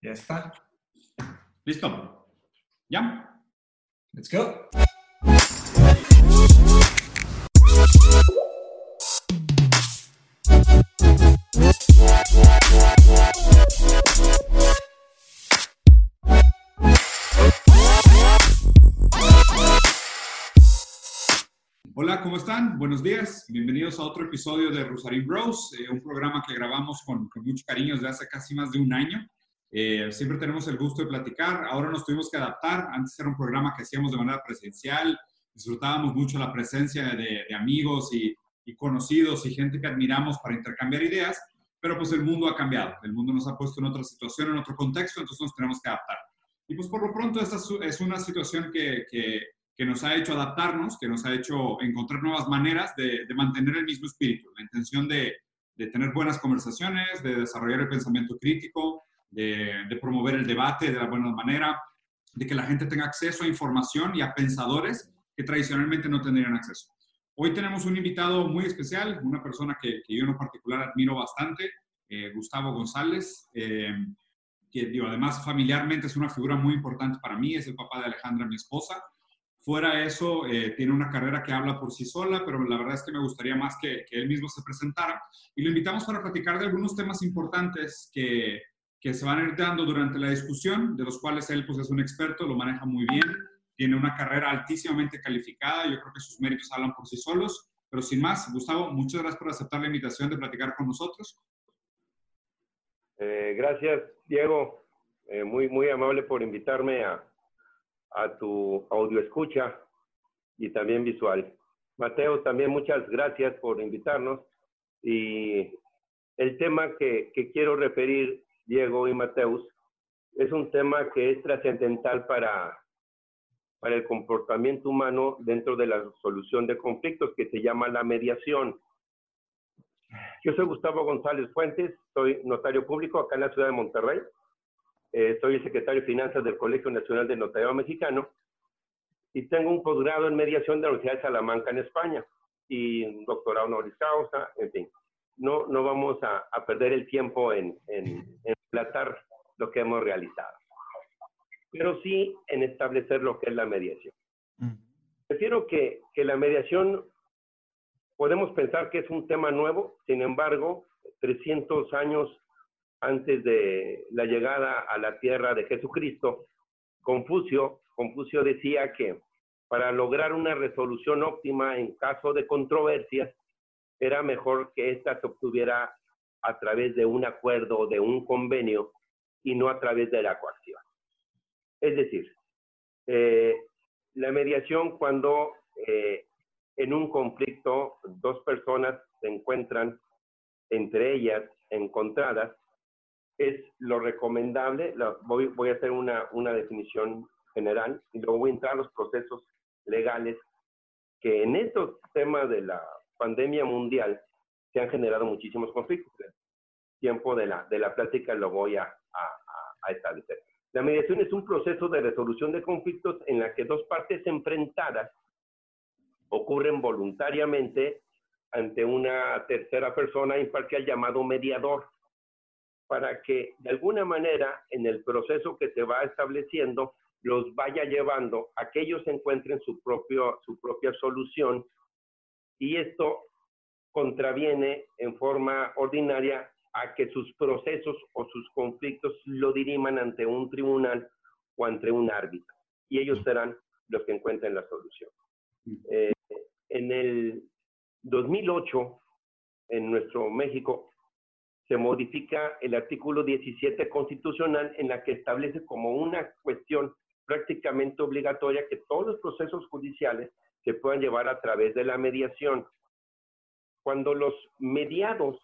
Ya está. ¿Listo? ¿Ya? Let's go. Hola, ¿cómo están? Buenos días. Bienvenidos a otro episodio de Rusarín Bros, un programa que grabamos con mucho cariño desde hace casi más de un año. Siempre tenemos el gusto de platicar. Ahora nos tuvimos que adaptar. Antes era un programa que hacíamos de manera presencial. Disfrutábamos mucho la presencia de amigos y conocidos y gente que admiramos para intercambiar ideas, pero pues el mundo ha cambiado. El mundo nos ha puesto en otra situación, en otro contexto, entonces nos tenemos que adaptar. Y pues por lo pronto esta es una situación que nos ha hecho adaptarnos, que nos ha hecho encontrar nuevas maneras de mantener el mismo espíritu, la intención de tener buenas conversaciones, de desarrollar el pensamiento crítico, de promover el debate de la buena manera, de que la gente tenga acceso a información y a pensadores que tradicionalmente no tendrían acceso. Hoy tenemos un invitado muy especial, una persona que yo en lo particular admiro bastante, Gustavo González, que digo, además familiarmente es una figura muy importante para mí, es el papá de Alejandra, mi esposa. Fuera de eso, tiene una carrera que habla por sí sola, pero la verdad es que me gustaría más que él mismo se presentara. Y lo invitamos para platicar de algunos temas importantes que se van a ir dando durante la discusión, de los cuales él pues, es un experto, lo maneja muy bien, tiene una carrera altísimamente calificada, yo creo que sus méritos hablan por sí solos. Pero sin más, Gustavo, muchas gracias por aceptar la invitación de platicar con nosotros. Gracias, Diego. Muy amable por invitarme a tu audio escucha y también visual. Mateo, también muchas gracias por invitarnos. Y el tema que quiero referir, Diego y Mateus, es un tema que es trascendental para el comportamiento humano dentro de la solución de conflictos, que se llama la mediación. Yo soy Gustavo González Fuentes, soy notario público acá en la ciudad de Monterrey. Soy el secretario de Finanzas del Colegio Nacional de Notariado Mexicano y tengo un posgrado en mediación de la Universidad de Salamanca en España y un doctorado honoris causa, en fin. No vamos a perder el tiempo en relatar lo que hemos realizado, pero sí en establecer lo que es la mediación. Prefiero que la mediación podemos pensar que es un tema nuevo, sin embargo, 300 años antes de la llegada a la tierra de Jesucristo, Confucio decía que para lograr una resolución óptima en caso de controversias, era mejor que ésta se obtuviera a través de un acuerdo o de un convenio y no a través de la coacción. Es decir, la mediación cuando en un conflicto dos personas se encuentran entre ellas encontradas, es lo recomendable. Voy a hacer una definición general y luego voy a entrar a los procesos legales que en estos temas de la pandemia mundial se han generado muchísimos conflictos. El tiempo de la plática lo voy a establecer. La mediación es un proceso de resolución de conflictos en la que dos partes enfrentadas ocurren voluntariamente ante una tercera persona imparcial llamado mediador, para que de alguna manera en el proceso que se va estableciendo los vaya llevando a que ellos encuentren su propia solución, y esto contraviene en forma ordinaria a que sus procesos o sus conflictos lo diriman ante un tribunal o ante un árbitro, y ellos serán los que encuentren la solución. En el 2008, en nuestro México, se modifica el artículo 17 constitucional en la que establece como una cuestión prácticamente obligatoria que todos los procesos judiciales se puedan llevar a través de la mediación. Cuando los mediados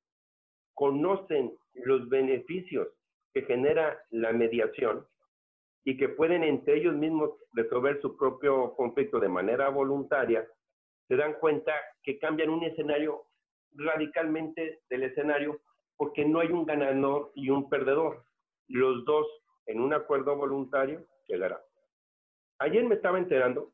conocen los beneficios que genera la mediación y que pueden entre ellos mismos resolver su propio conflicto de manera voluntaria, se dan cuenta que cambian un escenario radicalmente del escenario, porque no hay un ganador y un perdedor. Los dos, en un acuerdo voluntario, llegarán. Ayer me estaba enterando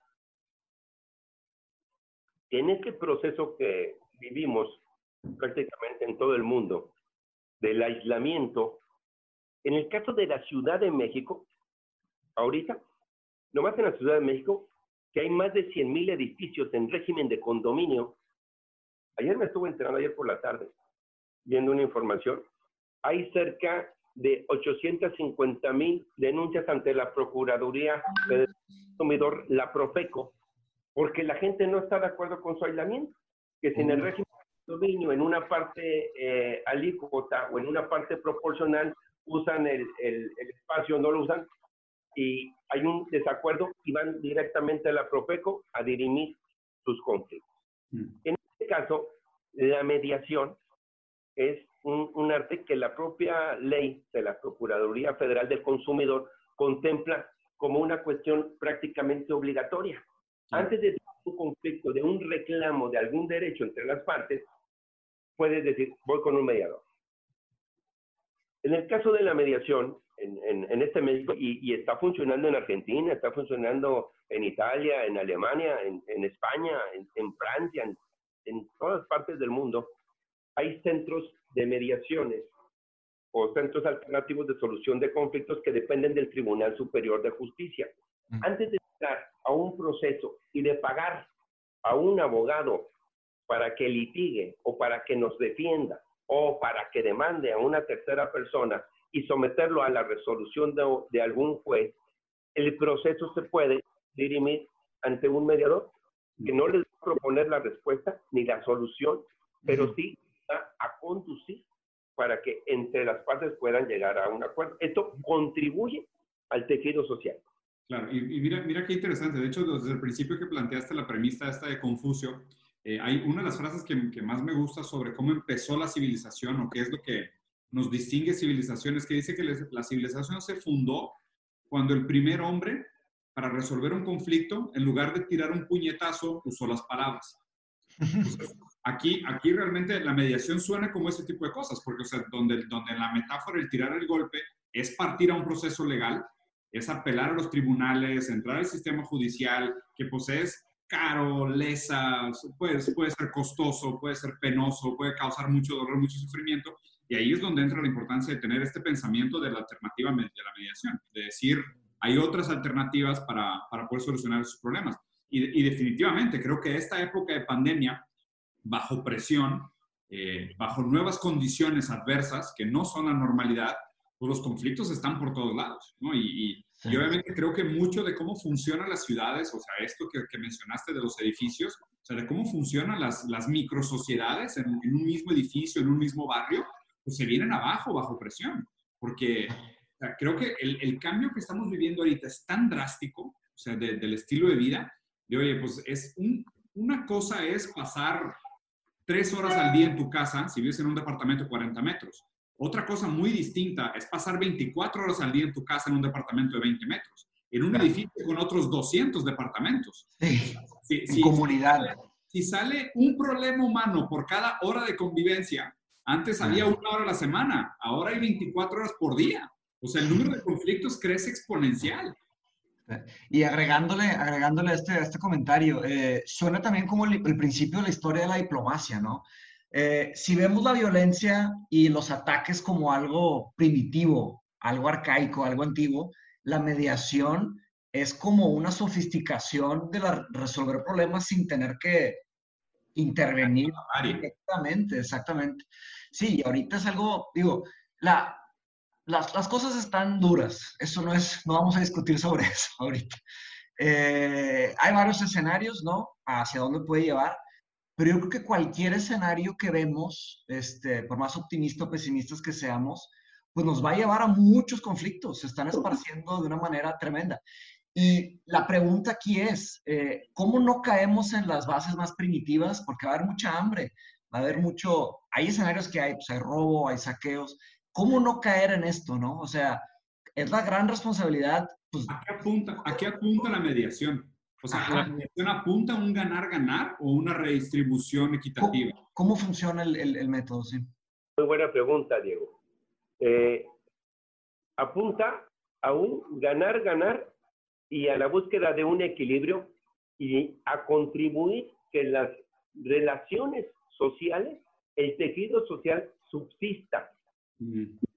que en este proceso que vivimos prácticamente en todo el mundo, del aislamiento, En el caso de la Ciudad de México, ahorita, nomás en la Ciudad de México, que hay más de 100,000 edificios en régimen de condominio. Ayer me estuve enterando, ayer por la tarde, viendo una información. Hay cerca de 850,000 denuncias ante la Procuraduría del Consumidor, la Profeco, porque la gente no está de acuerdo con su aislamiento, que si en el régimen de condominio, en una parte alícuota o en una parte proporcional, usan el espacio, no lo usan, y hay un desacuerdo y van directamente a la Profeco a dirimir sus conflictos. En este caso, la mediación es un arte que la propia ley de la Procuraduría Federal del Consumidor contempla como una cuestión prácticamente obligatoria. Antes de tener un conflicto, de un reclamo de algún derecho entre las partes, puedes decir, voy con un mediador. En el caso de la mediación, en este México, y está funcionando en Argentina, está funcionando en Italia, en Alemania, en España, en Francia, en todas partes del mundo, hay centros de mediaciones o centros alternativos de solución de conflictos que dependen del Tribunal Superior de Justicia. Antes de entrar a un proceso y de pagar a un abogado para que litigue o para que nos defienda o para que demande a una tercera persona y someterlo a la resolución de algún juez, el proceso se puede dirimir ante un mediador que no les va a proponer la respuesta ni la solución, pero sí va a conducir para que entre las partes puedan llegar a un acuerdo. Esto contribuye al tejido social. Claro, y mira qué interesante. De hecho, desde el principio que planteaste la premisa esta de Confucio, hay una de las frases que más me gusta sobre cómo empezó la civilización o qué es lo que nos distingue civilizaciones, que dice que la civilización se fundó cuando el primer hombre, para resolver un conflicto, en lugar de tirar un puñetazo, usó las palabras. Entonces, aquí realmente la mediación suena como ese tipo de cosas, porque o sea, donde en la metáfora el tirar el golpe es partir a un proceso legal, es apelar a los tribunales, entrar al sistema judicial, que pues es caro, lesa, puede ser costoso, puede ser penoso, puede causar mucho dolor, mucho sufrimiento, y ahí es donde entra la importancia de tener este pensamiento de la alternativa de la mediación, de decir, hay otras alternativas para poder solucionar esos problemas. Y definitivamente creo que esta época de pandemia, bajo presión, bajo nuevas condiciones adversas que no son la normalidad, pues los conflictos están por todos lados, ¿no? Y obviamente creo que mucho de cómo funcionan las ciudades, o sea, esto que mencionaste de los edificios, o sea, de cómo funcionan las microsociedades en un mismo edificio, en un mismo barrio, pues se vienen abajo bajo presión, porque o sea, creo que el cambio que estamos viviendo ahorita es tan drástico, o sea, del estilo de vida, de oye, pues una cosa es pasar 3 horas al día en tu casa si vives en un departamento de 40 metros. Otra cosa muy distinta es pasar 24 horas al día en tu casa en un departamento de 20 metros, en un edificio con otros 200 departamentos. Sí, en comunidad. Si sale un problema humano por cada hora de convivencia, antes había 1 hora a la semana, ahora hay 24 horas por día. O sea, el número de conflictos crece exponencial. Y agregándole a este comentario, suena también como el principio de la historia de la diplomacia, ¿no? Si vemos la violencia y los ataques como algo primitivo, algo arcaico, algo antiguo, la mediación es como una sofisticación de resolver problemas sin tener que intervenir directamente, exactamente. Sí, y ahorita es algo, digo, las cosas están duras, eso no vamos a discutir sobre eso ahorita. Hay varios escenarios, ¿no? Hacia dónde puede llevar, pero yo creo que cualquier escenario que vemos, por más optimistas o pesimistas que seamos, pues nos va a llevar a muchos conflictos, se están esparciendo de una manera tremenda. Y la pregunta aquí es, ¿cómo no caemos en las bases más primitivas? Porque va a haber mucha hambre, va a haber hay escenarios que hay, pues hay robo, hay saqueos. ¿Cómo no caer en esto, no? O sea, es la gran responsabilidad. Pues, ¿A qué apunta la mediación? O sea, ¿la mediación apunta a un ganar-ganar o una redistribución equitativa? ¿Cómo funciona el método? Sí. Muy buena pregunta, Diego. Apunta a un ganar-ganar y a la búsqueda de un equilibrio y a contribuir que las relaciones sociales, el tejido social subsista.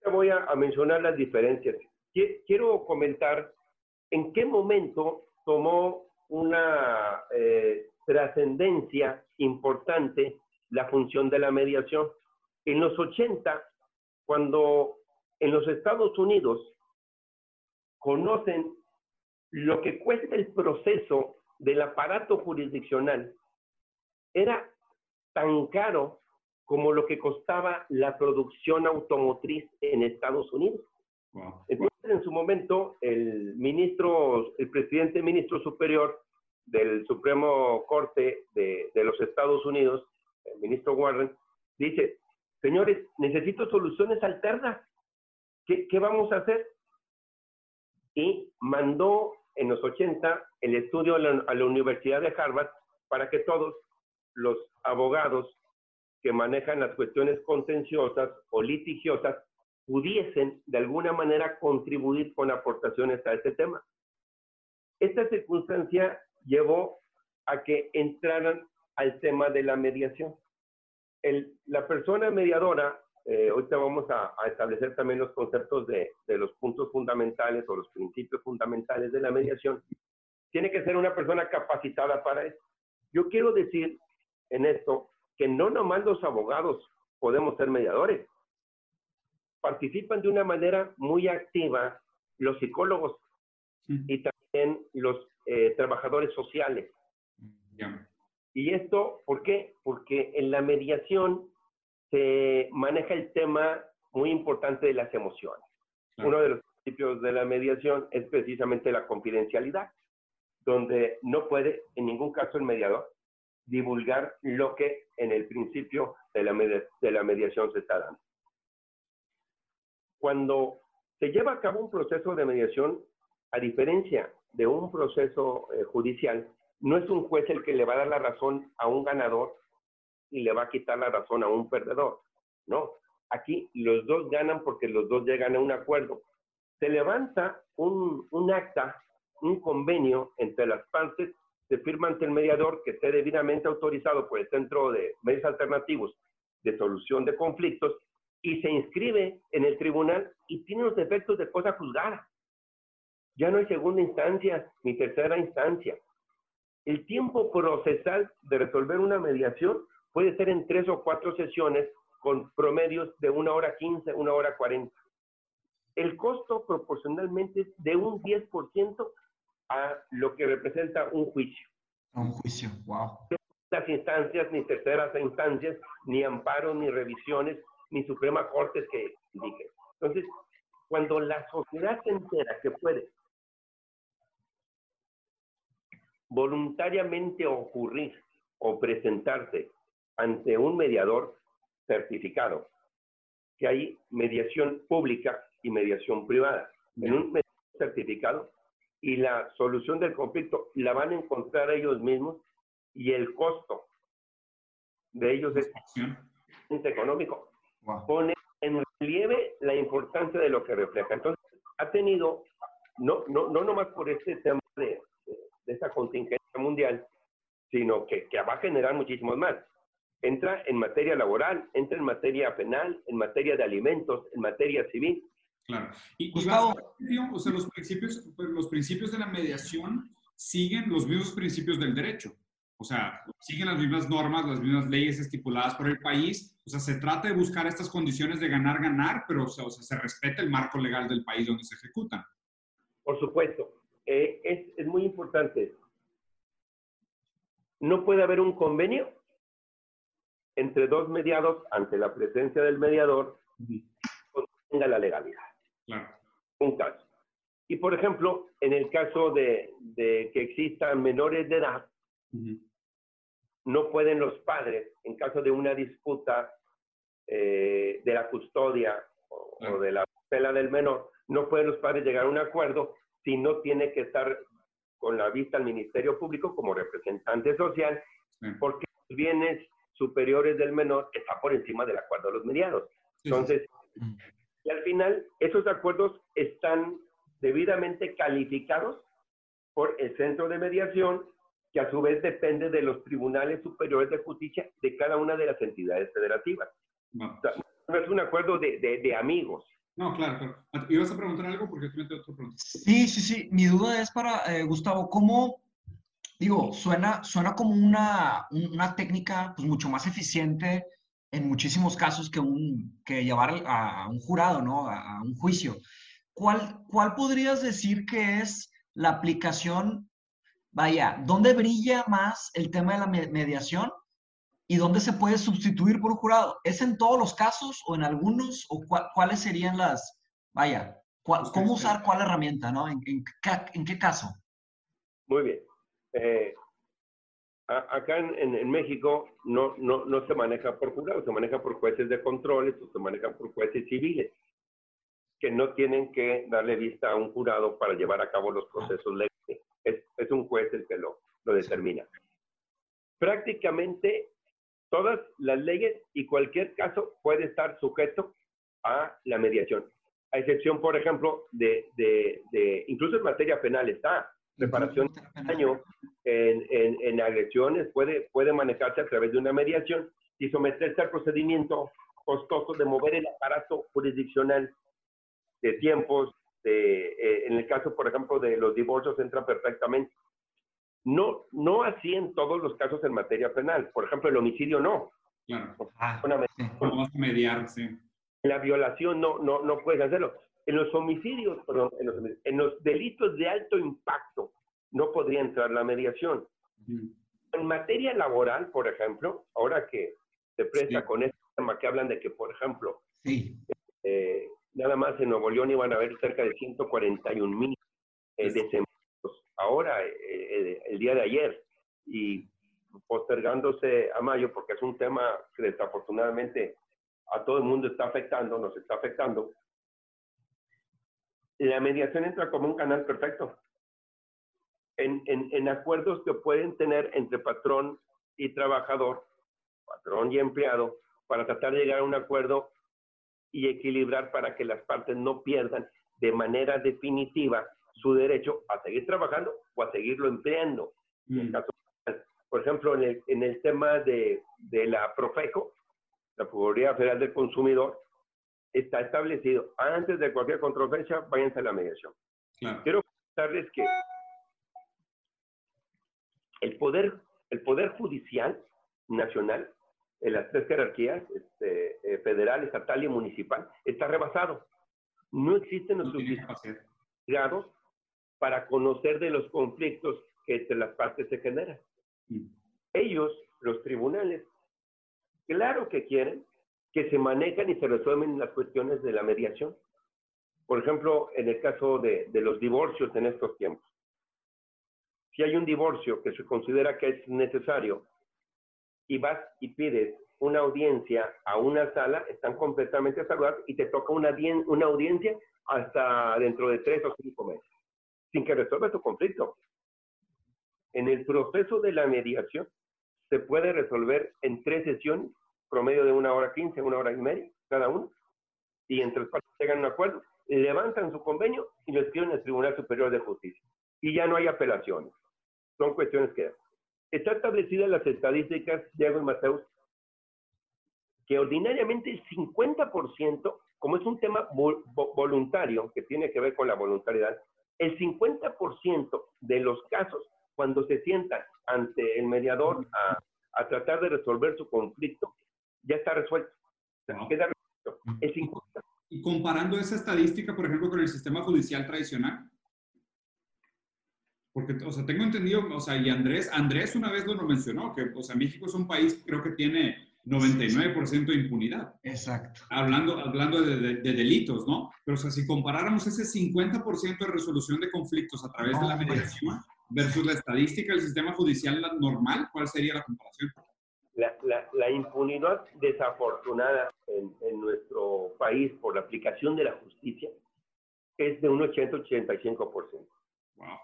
Voy a mencionar las diferencias. Quiero comentar en qué momento tomó una trascendencia importante la función de la mediación. En los 80, cuando en los Estados Unidos conocen lo que cuesta el proceso del aparato jurisdiccional, era tan caro como lo que costaba la producción automotriz en Estados Unidos. Wow. Entonces, en su momento, el presidente ministro superior del Supremo Corte de los Estados Unidos, el ministro Warren, dice, señores, necesito soluciones alternas. ¿Qué vamos a hacer? Y mandó en los 80 el estudio a la Universidad de Harvard para que todos los abogados que manejan las cuestiones contenciosas o litigiosas pudiesen de alguna manera contribuir con aportaciones a este tema. Esta circunstancia llevó a que entraran al tema de la mediación. La persona mediadora, ahorita vamos a establecer también los conceptos de los puntos fundamentales o los principios fundamentales de la mediación, tiene que ser una persona capacitada para eso. Yo quiero decir en esto que no nomás los abogados podemos ser mediadores. Participan de una manera muy activa los psicólogos y también los trabajadores sociales. ¿Y esto por qué? Porque en la mediación se maneja el tema muy importante de las emociones. Uno de los principios de la mediación es precisamente la confidencialidad, donde no puede en ningún caso el mediador divulgar lo que en el principio de la mediación se está dando. Cuando se lleva a cabo un proceso de mediación, a diferencia de un proceso judicial, no es un juez el que le va a dar la razón a un ganador y le va a quitar la razón a un perdedor. No, aquí los dos ganan porque los dos llegan a un acuerdo. Se levanta un acta, un convenio entre las partes, se firma ante el mediador que esté debidamente autorizado por el Centro de Medios Alternativos de Solución de Conflictos y se inscribe en el tribunal y tiene los efectos de cosa juzgada. Ya no hay segunda instancia ni tercera instancia. El tiempo procesal de resolver una mediación puede ser en 3 o 4 sesiones con promedios de 1 hora 15, 1 hora 40. El costo proporcionalmente es de un 10% a lo que representa un juicio. Un juicio, wow. Las instancias, ni terceras instancias, ni amparos, ni revisiones, ni Suprema Corte que indique. Entonces, cuando la sociedad se entera que puede voluntariamente ocurrir o presentarse ante un mediador certificado, que hay mediación pública y mediación privada. En un mediador certificado, y la solución del conflicto la van a encontrar ellos mismos y el costo de ellos es económico. Wow. Pone en relieve la importancia de lo que refleja. Entonces, ha tenido, no nomás por este tema de esta contingencia mundial, sino que va a generar muchísimos más. Entra en materia laboral, entra en materia penal, en materia de alimentos, en materia civil. Claro. Y Gustavo, o sea, los principios de la mediación siguen los mismos principios del derecho. O sea, siguen las mismas normas, las mismas leyes estipuladas por el país. O sea, se trata de buscar estas condiciones de ganar, pero o sea, se respeta el marco legal del país donde se ejecutan. Por supuesto. Es muy importante. No puede haber un convenio entre dos mediados ante la presencia del mediador que tenga la legalidad. Claro. Un caso. Y, por ejemplo, en el caso de que existan menores de edad, no pueden los padres, en caso de una disputa de la custodia o de la tutela del menor, no pueden los padres llegar a un acuerdo si no tiene que estar con la vista al Ministerio Público como representante social, porque los bienes superiores del menor está por encima del acuerdo de los mediados. Entonces, y al final, esos acuerdos están debidamente calificados por el Centro de Mediación, que a su vez depende de los tribunales superiores de justicia de cada una de las entidades federativas. O sea, no es un acuerdo de amigos, No, claro, claro. ¿Ibas a preguntar algo? Porque tú me tengo otra pregunta. Sí. Mi duda es para Gustavo, ¿cómo, digo, suena como una técnica pues, mucho más eficiente en muchísimos casos que llevar a un jurado, ¿no? A un juicio. ¿Cuál podrías decir que es la aplicación, vaya, dónde brilla más el tema de la mediación y dónde se puede sustituir por un jurado? ¿Es en todos los casos o en algunos? ¿O cuáles serían vaya, cómo usar cuál herramienta, ¿no? ¿En qué caso? Muy bien. Acá en México no se maneja por jurados, se maneja por jueces de controles o se maneja por jueces civiles, que no tienen que darle vista a un jurado para llevar a cabo los procesos legales. Es un juez el que lo determina. Prácticamente todas las leyes y cualquier caso puede estar sujeto a la mediación. A excepción, por ejemplo, incluso en materia penal está reparación de daño en agresiones, puede manejarse a través de una mediación y someterse al procedimiento costoso de mover el aparato jurisdiccional de tiempos. En el caso, por ejemplo, de los divorcios entra perfectamente. No así en todos los casos en materia penal. Por ejemplo, el homicidio no. Claro. ¿Cómo vas a mediar? Sí. En la violación no puedes hacerlo. En los homicidios, perdón, en los delitos de alto impacto no podría entrar la mediación. En materia laboral, por ejemplo, ahora que se presta con este tema que hablan de que, por ejemplo, nada más en Nuevo León iban a haber cerca de 141,000 desempleo ahora, el día de ayer, y postergándose a mayo, porque es un tema que desafortunadamente a todo el mundo nos está afectando, la mediación entra como un canal perfecto. En acuerdos que pueden tener entre patrón y trabajador, patrón y empleado, para tratar de llegar a un acuerdo y equilibrar para que las partes no pierdan de manera definitiva su derecho a seguir trabajando o a seguirlo empleando. En caso, por ejemplo, en el tema de la Profeco, la Procuraduría Federal del Consumidor, está establecido, antes de cualquier controversia, váyanse a la mediación. Claro. Quiero comentarles que el poder judicial nacional, en las tres jerarquías, federal, estatal y municipal, está rebasado. No existen los suficientes grados para conocer de los conflictos que entre las partes se generan. Ellos, los tribunales, claro que quieren que se manejan y se resuelven las cuestiones de la mediación. Por ejemplo, en el caso de los divorcios en estos tiempos. Si hay un divorcio que se considera que es necesario y vas y pides una audiencia a una sala, están completamente salvados y te toca una audiencia hasta dentro de 3 o 5 meses, sin que resuelva tu conflicto. En el proceso de la mediación se puede resolver en 3 sesiones, promedio de 1h15, 1h30 cada uno, y entre las partes llegan a un acuerdo, levantan su convenio y lo escriben al Tribunal Superior de Justicia. Y ya no hay apelaciones. Son cuestiones que... Está establecidas las estadísticas, Diego y Mateus, que ordinariamente el 50%, como es un tema voluntario, que tiene que ver con la voluntariedad, el 50% de los casos, cuando se sientan ante el mediador a tratar de resolver su conflicto, ya está resuelto. Wow. Queda resuelto. El 50%. Y comparando esa estadística, por ejemplo, con el sistema judicial tradicional, porque, o sea, tengo entendido, o sea, y Andrés una vez lo mencionó, que, o sea, México es un país que creo que tiene 99% de impunidad. Exacto. Hablando de delitos, ¿no? Pero, o sea, si comparáramos ese 50% de resolución de conflictos a través de la mediación versus la estadística del sistema judicial normal, ¿cuál sería la comparación? La impunidad desafortunada en nuestro país por la aplicación de la justicia es de un 80-85%. Wow.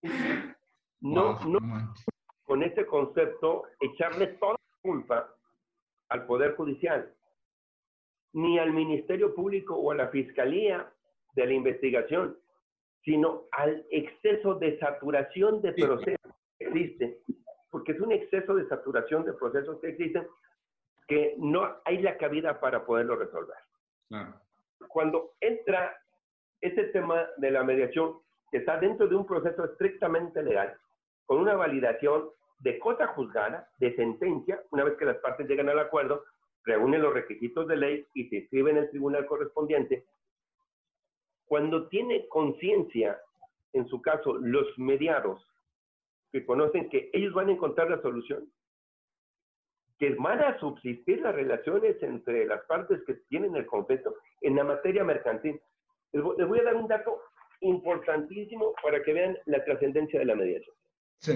No, con este concepto, echarle toda la culpa al Poder Judicial, ni al Ministerio Público o a la Fiscalía de la investigación, sino al exceso de saturación de procesos que existe, porque es un exceso de saturación de procesos que existen que no hay la cabida para poderlo resolver. Claro. cuando entra este tema de la mediación, que está dentro de un proceso estrictamente legal, con una validación de cosa juzgada, de sentencia, una vez que las partes llegan al acuerdo, reúnen los requisitos de ley y se inscriben en el tribunal correspondiente, cuando tiene conciencia, en su caso, los mediados, que conocen que ellos van a encontrar la solución, que van a subsistir las relaciones entre las partes que tienen el conflicto en la materia mercantil. Les voy a dar un dato importantísimo para que vean la trascendencia de la mediación. Sí.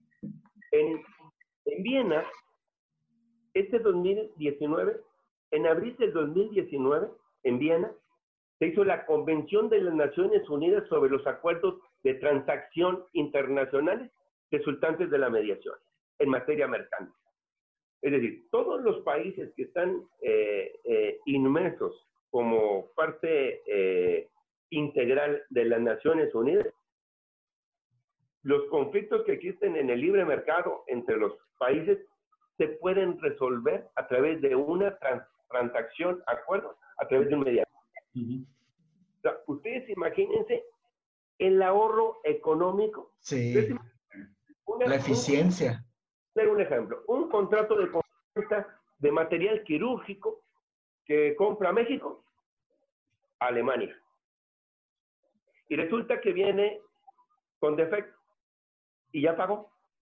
En Viena, este 2019, en abril del 2019, en Viena, se hizo la Convención de las Naciones Unidas sobre los acuerdos de transacción internacionales resultantes de la mediación en materia mercantil. Es decir, todos los países que están inmersos como parte integral de las Naciones Unidas, los conflictos que existen en el libre mercado entre los países se pueden resolver a través de una transacción, acuerdo, a través de un mediador. O sea, ustedes imagínense el ahorro económico. Sí, la eficiencia. Un ejemplo, un contrato de compra de material quirúrgico que compra México, Alemania. Y resulta que viene con defecto y ya pagó.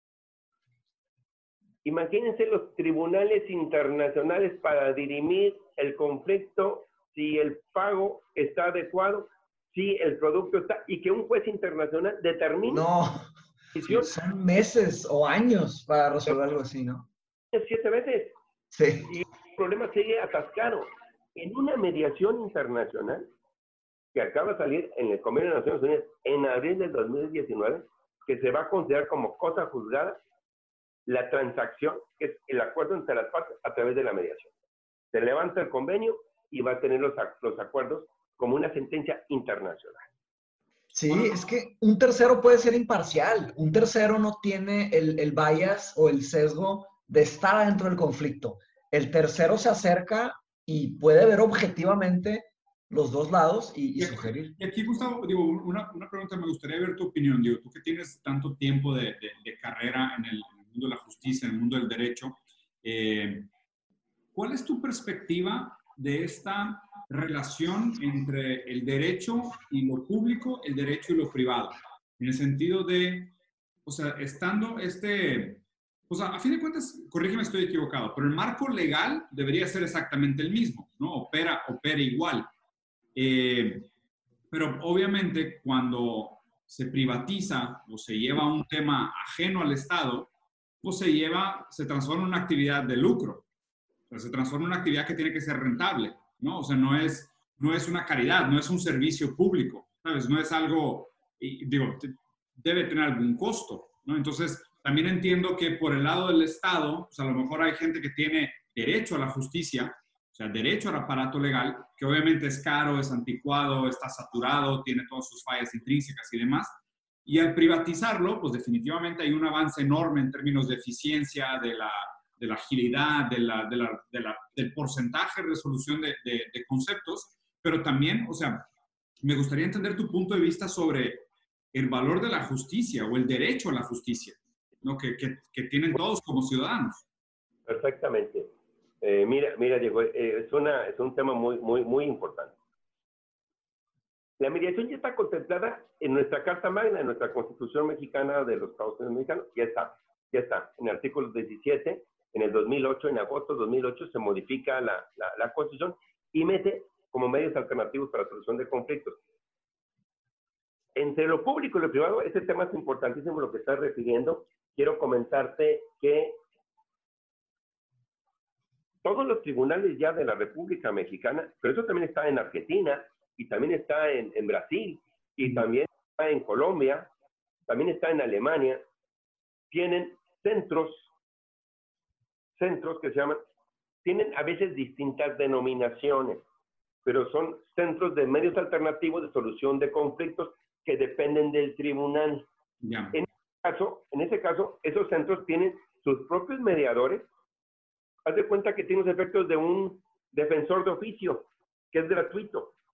Imagínense los tribunales internacionales para dirimir el conflicto, si el pago está adecuado, si el producto está, y que un juez internacional determine. No, son meses o años para resolver algo así, ¿no? 7 veces. Sí. Y el problema sigue atascado. En una mediación internacional que acaba de salir en el Convenio de Naciones Unidas en abril del 2019, que se va a considerar como cosa juzgada, la transacción, que es el acuerdo entre las partes a través de la mediación. Se levanta el convenio y va a tener los acuerdos como una sentencia internacional. Sí, es que un tercero puede ser imparcial. Un tercero no tiene el bias o el sesgo de estar dentro del conflicto. El tercero se acerca y puede ver objetivamente los dos lados y sugerir. Y aquí, Gustavo, digo, una pregunta, me gustaría ver tu opinión. Digo, tú que tienes tanto tiempo de carrera en el mundo de la justicia, en el mundo del derecho, ¿cuál es tu perspectiva de esta relación entre el derecho y lo público, el derecho y lo privado? En el sentido de, o sea, estando o sea, a fin de cuentas, corrígeme si estoy equivocado, pero el marco legal debería ser exactamente el mismo, ¿no? Opera igual. Pero obviamente cuando se privatiza o se lleva un tema ajeno al Estado, pues se transforma en una actividad de lucro. O sea, se transforma en una actividad que tiene que ser rentable, ¿no? O sea, no es una caridad, no es un servicio público, ¿sabes? No es algo, digo, debe tener algún costo, ¿no? Entonces, también entiendo que por el lado del Estado, pues a lo mejor hay gente que tiene derecho a la justicia, o sea, derecho al aparato legal, que obviamente es caro, es anticuado, está saturado, tiene todas sus fallas intrínsecas y demás. Y al privatizarlo, pues definitivamente hay un avance enorme en términos de eficiencia, de la agilidad, del porcentaje de resolución de conceptos, pero también, o sea, me gustaría entender tu punto de vista sobre el valor de la justicia o el derecho a la justicia, ¿no? que tienen todos como ciudadanos. Perfectamente. Mira, Diego, es un tema muy importante. La mediación ya está contemplada en nuestra Carta Magna, en nuestra Constitución Mexicana de los Estados Unidos Mexicanos. Ya está. En el artículo 17, en el 2008, en agosto de 2008, se modifica la Constitución y mete como medios alternativos para la solución de conflictos. Entre lo público y lo privado, este tema es importantísimo lo que estás refiriendo. Quiero comentarte que todos los tribunales ya de la República Mexicana, pero eso también está en Argentina, y también está en Brasil, y también está en Colombia, también está en Alemania, tienen centros que se llaman, tienen a veces distintas denominaciones, pero son centros de medios alternativos de solución de conflictos que dependen del tribunal. Yeah. En ese caso, esos centros tienen sus propios mediadores. Haz de cuenta que tiene los efectos de un defensor de oficio, que es gratuito.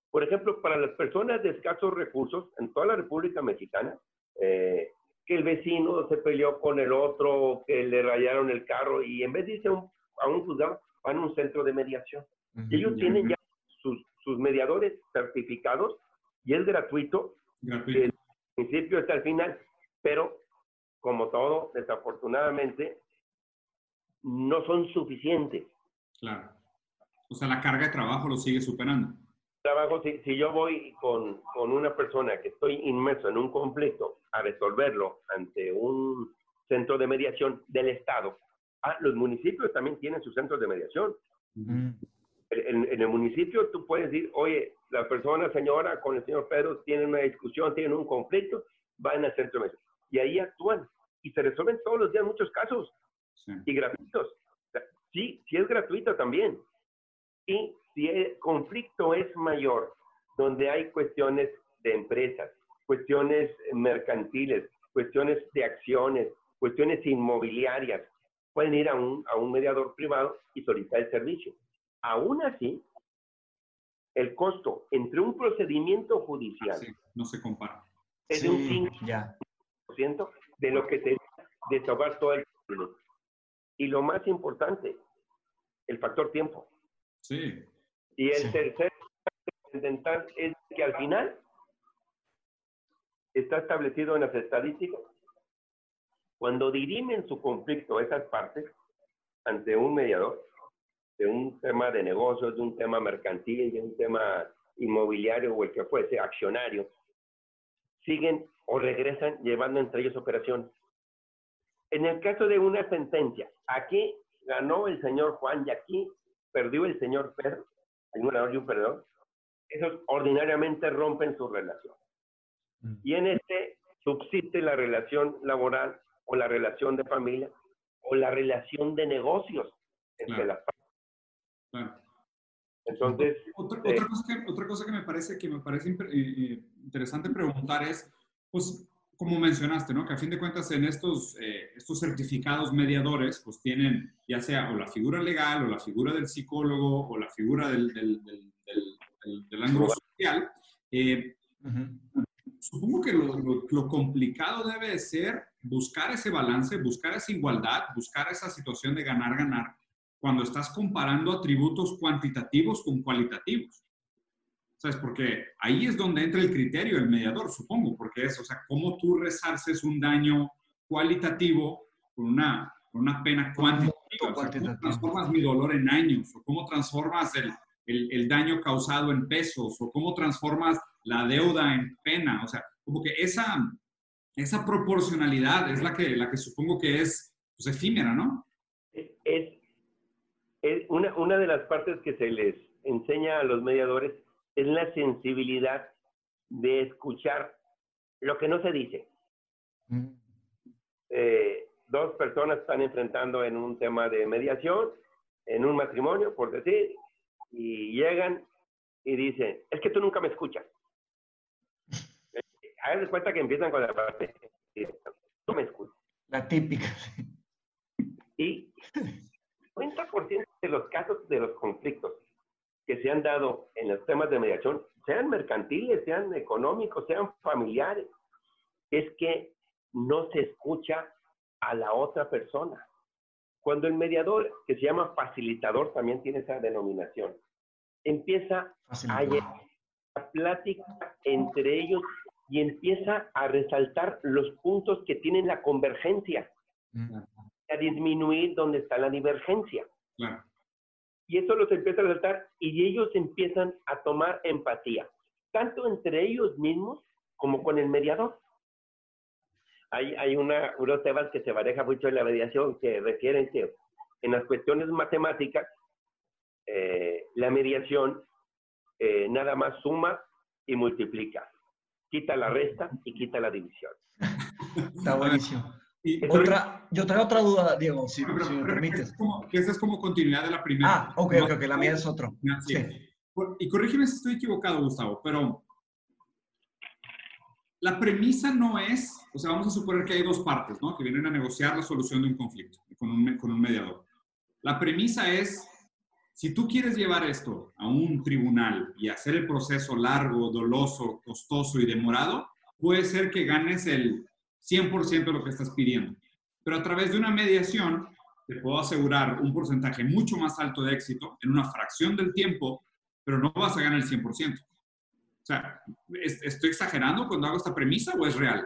Por ejemplo, para las personas de escasos recursos en toda la República Mexicana, que el vecino se peleó con el otro, que le rayaron el carro, y en vez de irse a un juzgado, van a un centro de mediación. Y ellos tienen ya sus mediadores certificados, y es gratuito. Gratuito. El principio hasta el final, pero como todo, desafortunadamente, no son suficientes. Claro. O sea, la carga de trabajo lo sigue superando. Trabajo, si yo voy con una persona que estoy inmerso en un conflicto a resolverlo ante un centro de mediación del Estado, los municipios también tienen sus centros de mediación. En el municipio tú puedes decir, oye, la persona, señora, con el señor Pedro tienen una discusión, tienen un conflicto, van al centro de mediación. Y ahí actúan. Y se resuelven todos los días muchos casos. Sí. Y gratuitos. O sea, sí es gratuito también. Y si el conflicto es mayor, donde hay cuestiones de empresas, cuestiones mercantiles, cuestiones de acciones, cuestiones inmobiliarias, pueden ir a un mediador privado y solicitar el servicio. Aún así, el costo entre un procedimiento judicial no se compara. Es de un 5% de lo que se desahogar todo el procedimiento. Y lo más importante, el factor tiempo. Sí. Y el tercer trascendental es que al final está establecido en las estadísticas, cuando dirimen su conflicto esas partes ante un mediador, de un tema de negocios, de un tema mercantil, de un tema inmobiliario o el que fuese, accionario, siguen o regresan llevando entre ellos operaciones. En el caso de una sentencia, aquí ganó el señor Juan y aquí perdió el señor Pedro, hay un ganador y un perdedor, esos ordinariamente rompen su relación. Y en subsiste la relación laboral o la relación de familia o la relación de negocios entre las partes. Claro. Entonces, otra cosa que me parece interesante preguntar es, pues, como mencionaste, ¿no? Que a fin de cuentas en estos certificados mediadores, pues tienen ya sea o la figura legal o la figura del psicólogo o la figura del ángulo social. Supongo que lo complicado debe ser buscar ese balance, buscar esa igualdad, buscar esa situación de ganar-ganar cuando estás comparando atributos cuantitativos con cualitativos. ¿Sabes? Porque ahí es donde entra el criterio del mediador, supongo, porque es, o sea, cómo tú resarces un daño cualitativo con una pena cuantitativa. O sea, ¿cómo transformas mi dolor en años? ¿O cómo transformas el daño causado en pesos? ¿O cómo transformas la deuda en pena? O sea, como que esa proporcionalidad es la que supongo que es, pues, efímera, ¿no? Es una de las partes que se les enseña a los mediadores es la sensibilidad de escuchar lo que no se dice. Dos personas están enfrentando en un tema de mediación, en un matrimonio, por decir, y llegan y dicen, es que tú nunca me escuchas. Hagan de cuenta que empiezan con la parte, no me escuchas. La típica. Y 90% de los casos de los conflictos que se han dado en los temas de mediación, sean mercantiles, sean económicos, sean familiares, es que no se escucha a la otra persona. Cuando el mediador, que se llama facilitador, también tiene esa denominación, empieza a llevar la plática entre ellos y empieza a resaltar los puntos que tienen la convergencia, a disminuir donde está la divergencia. Claro. Y eso los empieza a resaltar y ellos empiezan a tomar empatía, tanto entre ellos mismos como con el mediador. Hay unos temas que se maneja mucho en la mediación que refieren que en las cuestiones matemáticas la mediación nada más suma y multiplica. Quita la resta y quita la división. Está buenísimo. Yo traigo otra duda, Diego, si me permites. Esa es como continuidad de la primera. Ok, la mía es otro. Sí. Y corrígeme si estoy equivocado, Gustavo, pero la premisa no es, o sea, vamos a suponer que hay dos partes, ¿no? Que vienen a negociar la solución de un conflicto con un mediador. La premisa es, Si tú quieres llevar esto a un tribunal y hacer el proceso largo, doloso, costoso y demorado, puede ser que ganes el 100% de lo que estás pidiendo. Pero a través de una mediación, te puedo asegurar un porcentaje mucho más alto de éxito en una fracción del tiempo, pero no vas a ganar el 100%. O sea, ¿estoy exagerando cuando hago esta premisa o es real?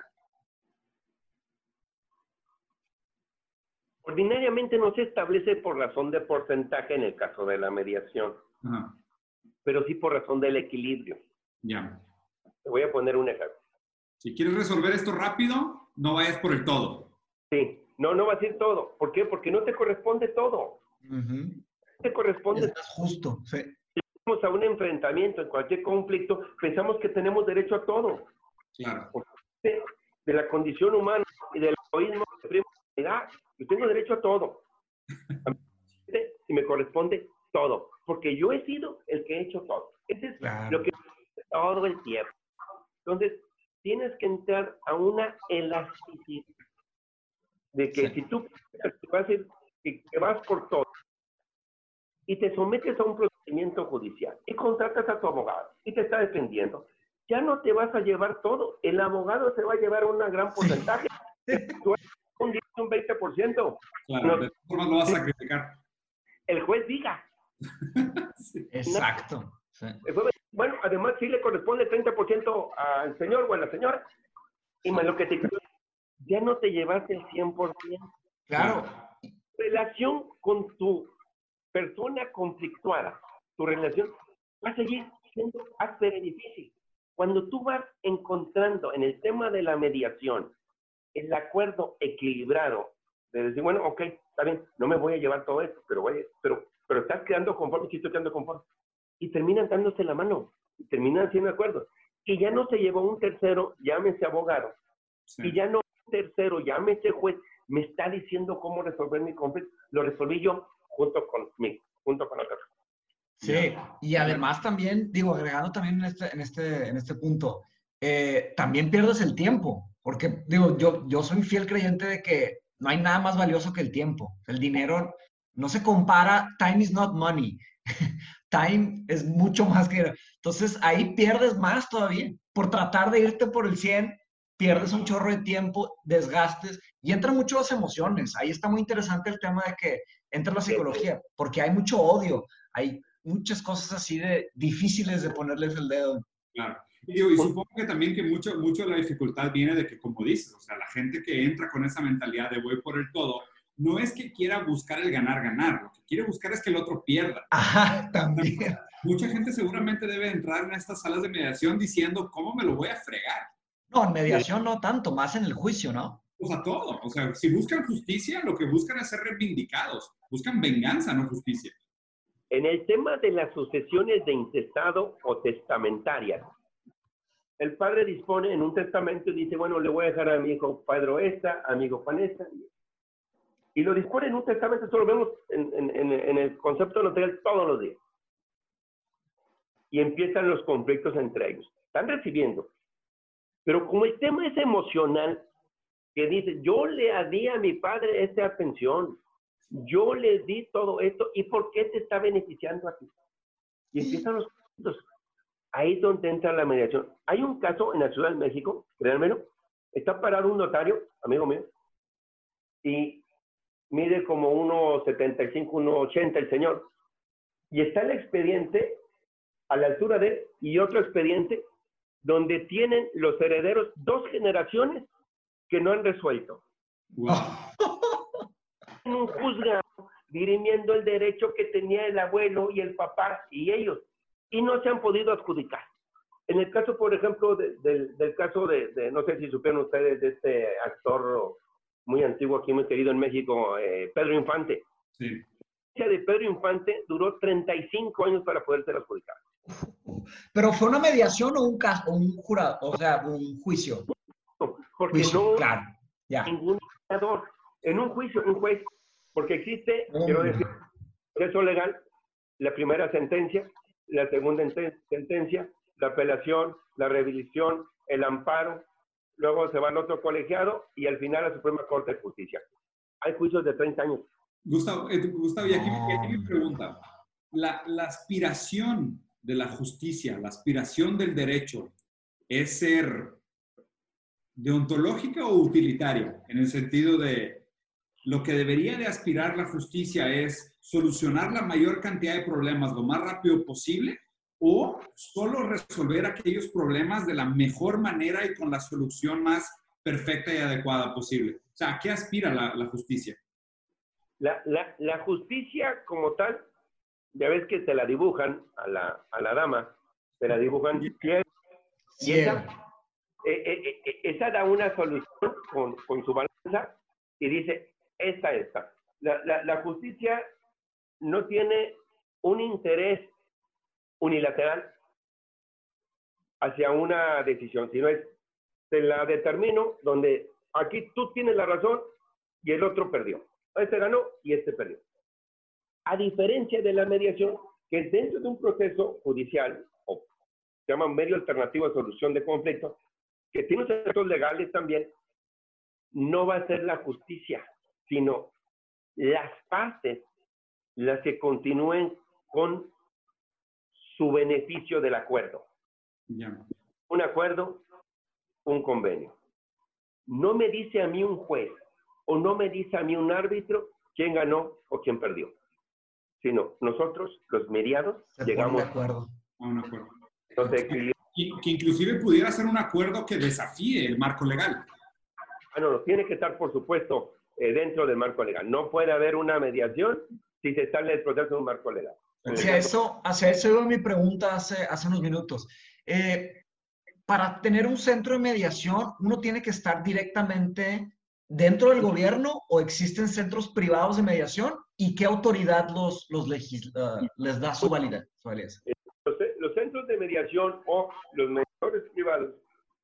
Ordinariamente no se establece por razón de porcentaje en el caso de la mediación, Ajá. pero sí por razón del equilibrio. Ya. Te voy a poner un ejemplo. Si quieres resolver esto rápido, no vayas por el todo. Sí, no va a ser todo. ¿Por qué? Porque no te corresponde todo. Te corresponde. Es justo, sí. Vamos a un enfrentamiento, en cualquier conflicto, pensamos que tenemos derecho a todo. Claro. De la condición humana y del egoísmo de primordialidad, yo tengo derecho a todo. Y me corresponde todo, porque yo he sido el que he hecho todo. Eso es lo que todo el tiempo. Entonces, tienes que entrar a una elasticidad de que si tú vas a ir, que vas por todo y te sometes a un procedimiento judicial y contratas a tu abogado y te está defendiendo, ya no te vas a llevar todo. El abogado se va a llevar un gran porcentaje. Tú un 20%. Claro, de todas formas lo vas a sacrificar. El juez diga. Sí. Exacto. Sí. Bueno, además sí le corresponde 30% al señor o a la señora. Y más lo que te ya no te llevaste el 100%. Claro. Relación con tu persona conflictuada, tu relación va a seguir siendo áspera y difícil. Cuando tú vas encontrando en el tema de la mediación el acuerdo equilibrado de decir, bueno, ok, está bien, no me voy a llevar todo esto, pero estás quedando conforme, sí estoy quedando conforme. Y terminan dándose la mano, y terminan haciendo acuerdos. Y ya no se llevó un tercero, llámese abogado, y ya no un tercero, llámese juez, me está diciendo cómo resolver mi conflicto. Lo resolví yo junto conmigo, junto con otra. Sí, y además también, digo, agregando también en este punto, también pierdes el tiempo, porque digo, yo soy fiel creyente de que no hay nada más valioso que el tiempo. El dinero no se compara, time is not money. Time es mucho más que... Entonces ahí pierdes más todavía. Por tratar de irte por el 100, pierdes un chorro de tiempo, desgastes, y entran mucho las emociones. Ahí está muy interesante el tema de que entra la psicología, porque hay mucho odio, hay muchas cosas así de difíciles de ponerles el dedo. Claro. Y supongo que también que mucho de la dificultad viene de que, como dices, o sea, la gente que entra con esa mentalidad de voy por el todo, no es que quiera buscar el ganar, lo que quiere buscar es que el otro pierda. Ajá, también. Mucha gente seguramente debe entrar en estas salas de mediación diciendo, ¿cómo me lo voy a fregar? No, en mediación no tanto, más en el juicio, ¿no? O sea, todo. O sea, si buscan justicia, lo que buscan es ser reivindicados. Buscan venganza, no justicia. En el tema de las sucesiones de intestado o testamentarias, el padre dispone en un testamento y dice, bueno, le voy a dejar a mi hijo Pedro esta, a mi hijo Juan esta. Y lo dispone en un testamento, eso lo vemos en el concepto notarial todos los días. Y empiezan los conflictos entre ellos. Están recibiendo. Pero como el tema es emocional, que dice, yo le di a mi padre esta pensión, yo le di todo esto, ¿y por qué te está beneficiando a ti? Y empiezan los conflictos. Ahí es donde entra la mediación. Hay un caso en la Ciudad de México, créanmelo, está parado un notario, amigo mío, y mide como 1.75, 1.80 el señor, y está el expediente a la altura de él y otro expediente donde tienen los herederos 2 generaciones que no han resuelto. Wow. En un juzgado dirimiendo el derecho que tenía el abuelo y el papá y ellos, y no se han podido adjudicar. En el caso, por ejemplo, del caso de, no sé si supieron ustedes, de este actor muy antiguo aquí, muy querido en México, Pedro Infante. Sí. La de Pedro Infante duró 35 años para poder ser adjudicada. ¿Pero fue una mediación o un caso, o un jurado, o sea, un juicio? Porque Juicio, no claro, ya. ningún mediador. En un juicio, un juez, porque existe, quiero decir, proceso legal, la primera sentencia, la segunda sentencia, la apelación, la revisión, el amparo, luego se va al otro colegiado y al final a la Suprema Corte de Justicia. Hay juicios de 30 años. Gustavo, y aquí mi pregunta. la aspiración de la justicia, la aspiración del derecho, ¿es ser deontológica o utilitaria? En el sentido de lo que debería de aspirar la justicia es solucionar la mayor cantidad de problemas lo más rápido posible o solo resolver aquellos problemas de la mejor manera y con la solución más perfecta y adecuada posible. O sea, ¿a qué aspira la justicia? La justicia como tal, ya ves que te la dibujan a la dama, te la dibujan ciega, y esa da una solución con su balanza y dice, esta. La justicia no tiene un interés unilateral hacia una decisión, sino te la determino donde aquí tú tienes la razón y el otro perdió. Este ganó y este perdió. A diferencia de la mediación, que dentro de un proceso judicial, o se llama medio alternativo de solución de conflictos, que tiene unos efectos legales también, no va a ser la justicia, sino las partes las que continúen con su beneficio del acuerdo. Ya. Un acuerdo, un convenio. No me dice a mí un juez o no me dice a mí un árbitro quién ganó o quién perdió, sino nosotros, los mediados, llegamos de acuerdo. A un acuerdo. Entonces, Que inclusive pudiera ser un acuerdo que desafíe el marco legal. no, tiene que estar, por supuesto, dentro del marco legal. No puede haber una mediación si se sale del proceso de un marco legal. Hacia eso iba mi pregunta hace unos minutos. Para tener un centro de mediación, ¿uno tiene que estar directamente dentro del gobierno o existen centros privados de mediación? ¿Y qué autoridad les da su validez? Los centros de mediación o los mediadores privados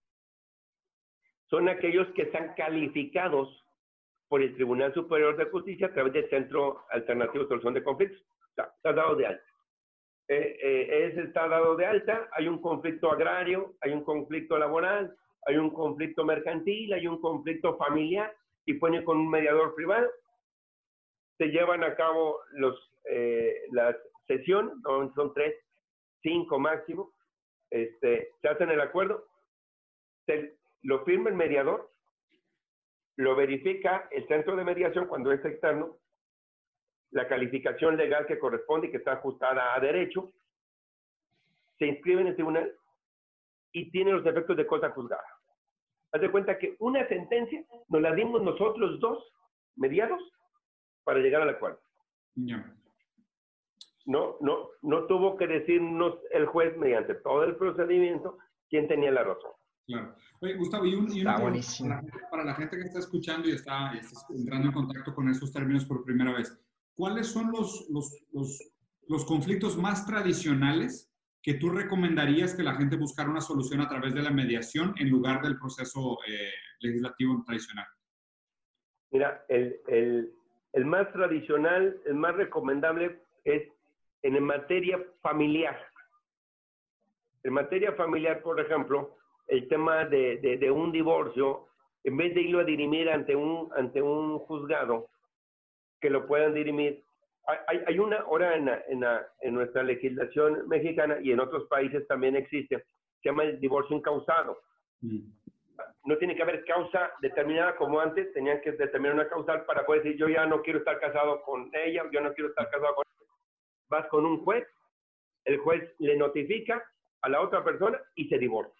son aquellos que están calificados por el Tribunal Superior de Justicia a través del Centro Alternativo de Solución de Conflictos. Está dado de alta. Está dado de alta, hay un conflicto agrario, hay un conflicto laboral, hay un conflicto mercantil, hay un conflicto familiar, y pone con un mediador privado. Se llevan a cabo las sesiones, ¿no? Son 3, 5 máximo, se hacen el acuerdo, lo firma el mediador, lo verifica el centro de mediación cuando es externo, la calificación legal que corresponde y que está ajustada a derecho, se inscribe en el tribunal y tiene los efectos de cosa juzgada. Haz de cuenta que una sentencia nos la dimos nosotros dos, mediados, para llegar al acuerdo. Yeah. No tuvo que decirnos el juez mediante todo el procedimiento quién tenía la razón. Claro. Oye, Gustavo, Está buenísimo. Para la gente que está escuchando y está entrando en contacto con esos términos por primera vez, ¿cuáles son los conflictos más tradicionales que tú recomendarías que la gente buscara una solución a través de la mediación en lugar del proceso legislativo tradicional? Mira, el más tradicional, el más recomendable es en materia familiar. En materia familiar, por ejemplo, el tema de un divorcio, en vez de irlo a dirimir ante un juzgado, que lo puedan dirimir. Hay una, ahora en nuestra legislación mexicana y en otros países también existe, se llama el divorcio incausado. No tiene que haber causa determinada como antes, tenían que determinar una causal para poder decir, yo ya no quiero estar casado con ella, yo no quiero estar casado con ella. Vas con un juez, el juez le notifica a la otra persona y se divorcia.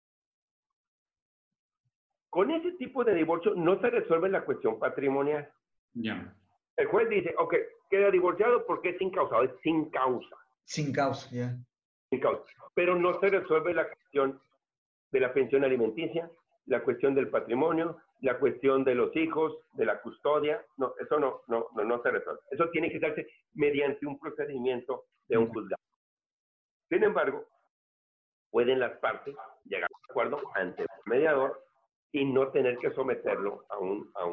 Con ese tipo de divorcio no se resuelve la cuestión patrimonial. Ya. El juez dice, ok, queda divorciado porque es incausado, es sin causa. Sin causa, ya. Yeah. Sin causa. Pero no se resuelve la cuestión de la pensión alimenticia, la cuestión del patrimonio, la cuestión de los hijos, de la custodia. No, eso no se resuelve. Eso tiene que hacerse mediante un procedimiento de un juzgado. Sin embargo, pueden las partes llegar a un acuerdo ante el mediador y no tener que someterlo a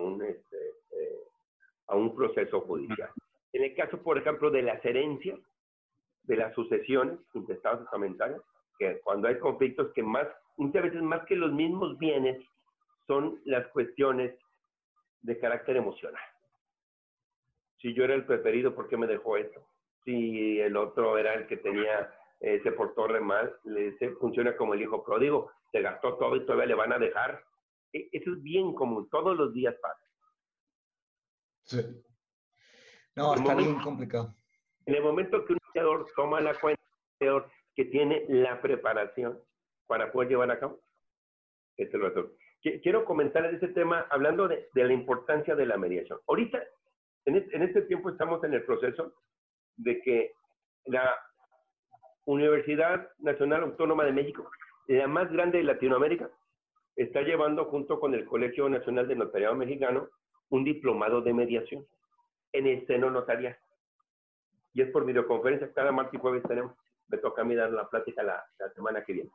un proceso judicial. En el caso, por ejemplo, de las herencias, de las sucesiones intestadas testamentarias, que cuando hay conflictos que muchas veces más que los mismos bienes, son las cuestiones de carácter emocional. Si yo era el preferido, ¿por qué me dejó esto? si el otro era el que tenía, se portó re mal, funciona como el hijo pródigo, se gastó todo y todavía le van a dejar. Eso es bien común, todos los días pasa. Sí. No, está bien complicado. En el momento que un mediador toma la cuenta, que tiene la preparación para poder llevar a cabo, este lo resuelve. Quiero comentar ese tema hablando de la importancia de la mediación. Ahorita, en este tiempo estamos en el proceso de que la Universidad Nacional Autónoma de México, la más grande de Latinoamérica, está llevando junto con el Colegio Nacional de Notariado Mexicano un diplomado de mediación en el seno notarial. Y es por videoconferencia, cada martes y jueves tenemos. Me toca a mí dar la plática la semana que viene.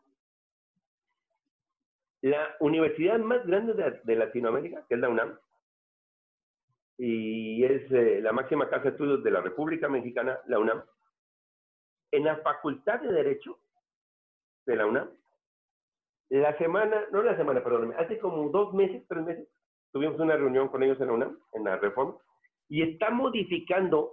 La universidad más grande de Latinoamérica, que es la UNAM, y es la máxima casa de estudios de la República Mexicana, la UNAM, en la Facultad de Derecho de la UNAM, hace como 2 meses, 3 meses, tuvimos una reunión con ellos en la UNAM, en la Reforma, y está modificando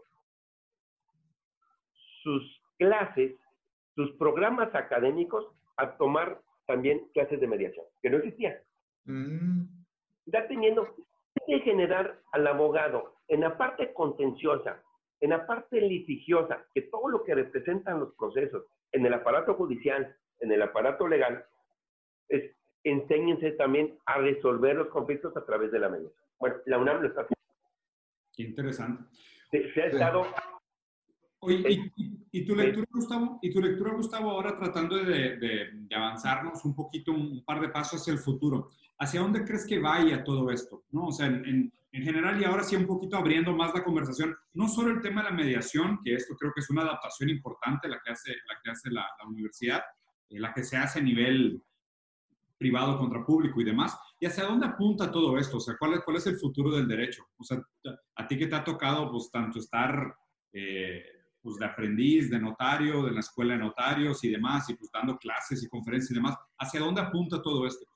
sus clases, sus programas académicos a tomar también clases de mediación, que no existían. Está teniendo que generar al abogado en la parte contenciosa, en la parte litigiosa, que todo lo que representan los procesos en el aparato judicial, en el aparato legal, enséñense también a resolver los conflictos a través de la mediación. Bueno, la UNAM lo está haciendo. Qué interesante. Se ha estado... Oye, ¿y tu lectura, Gustavo? ¿Y tu lectura, Gustavo, ahora tratando de avanzarnos un poquito, un par de pasos hacia el futuro? ¿Hacia dónde crees que vaya todo esto? ¿No? O sea, en general, y ahora sí un poquito abriendo más la conversación, no solo el tema de la mediación, que esto creo que es una adaptación importante la que hace la universidad, la que se hace a nivel privado contra público y demás. ¿Y hacia dónde apunta todo esto? O sea, ¿cuál es el futuro del derecho? O sea, a ti que te ha tocado, pues, tanto estar... pues de aprendiz, de notario, de la escuela de notarios y demás, y pues dando clases y conferencias y demás. ¿Hacia dónde apunta todo esto?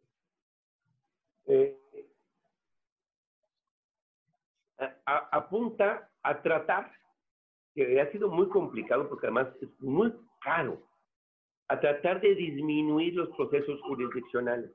Apunta a tratar, que ha sido muy complicado porque además es muy caro, a tratar de disminuir los procesos jurisdiccionales.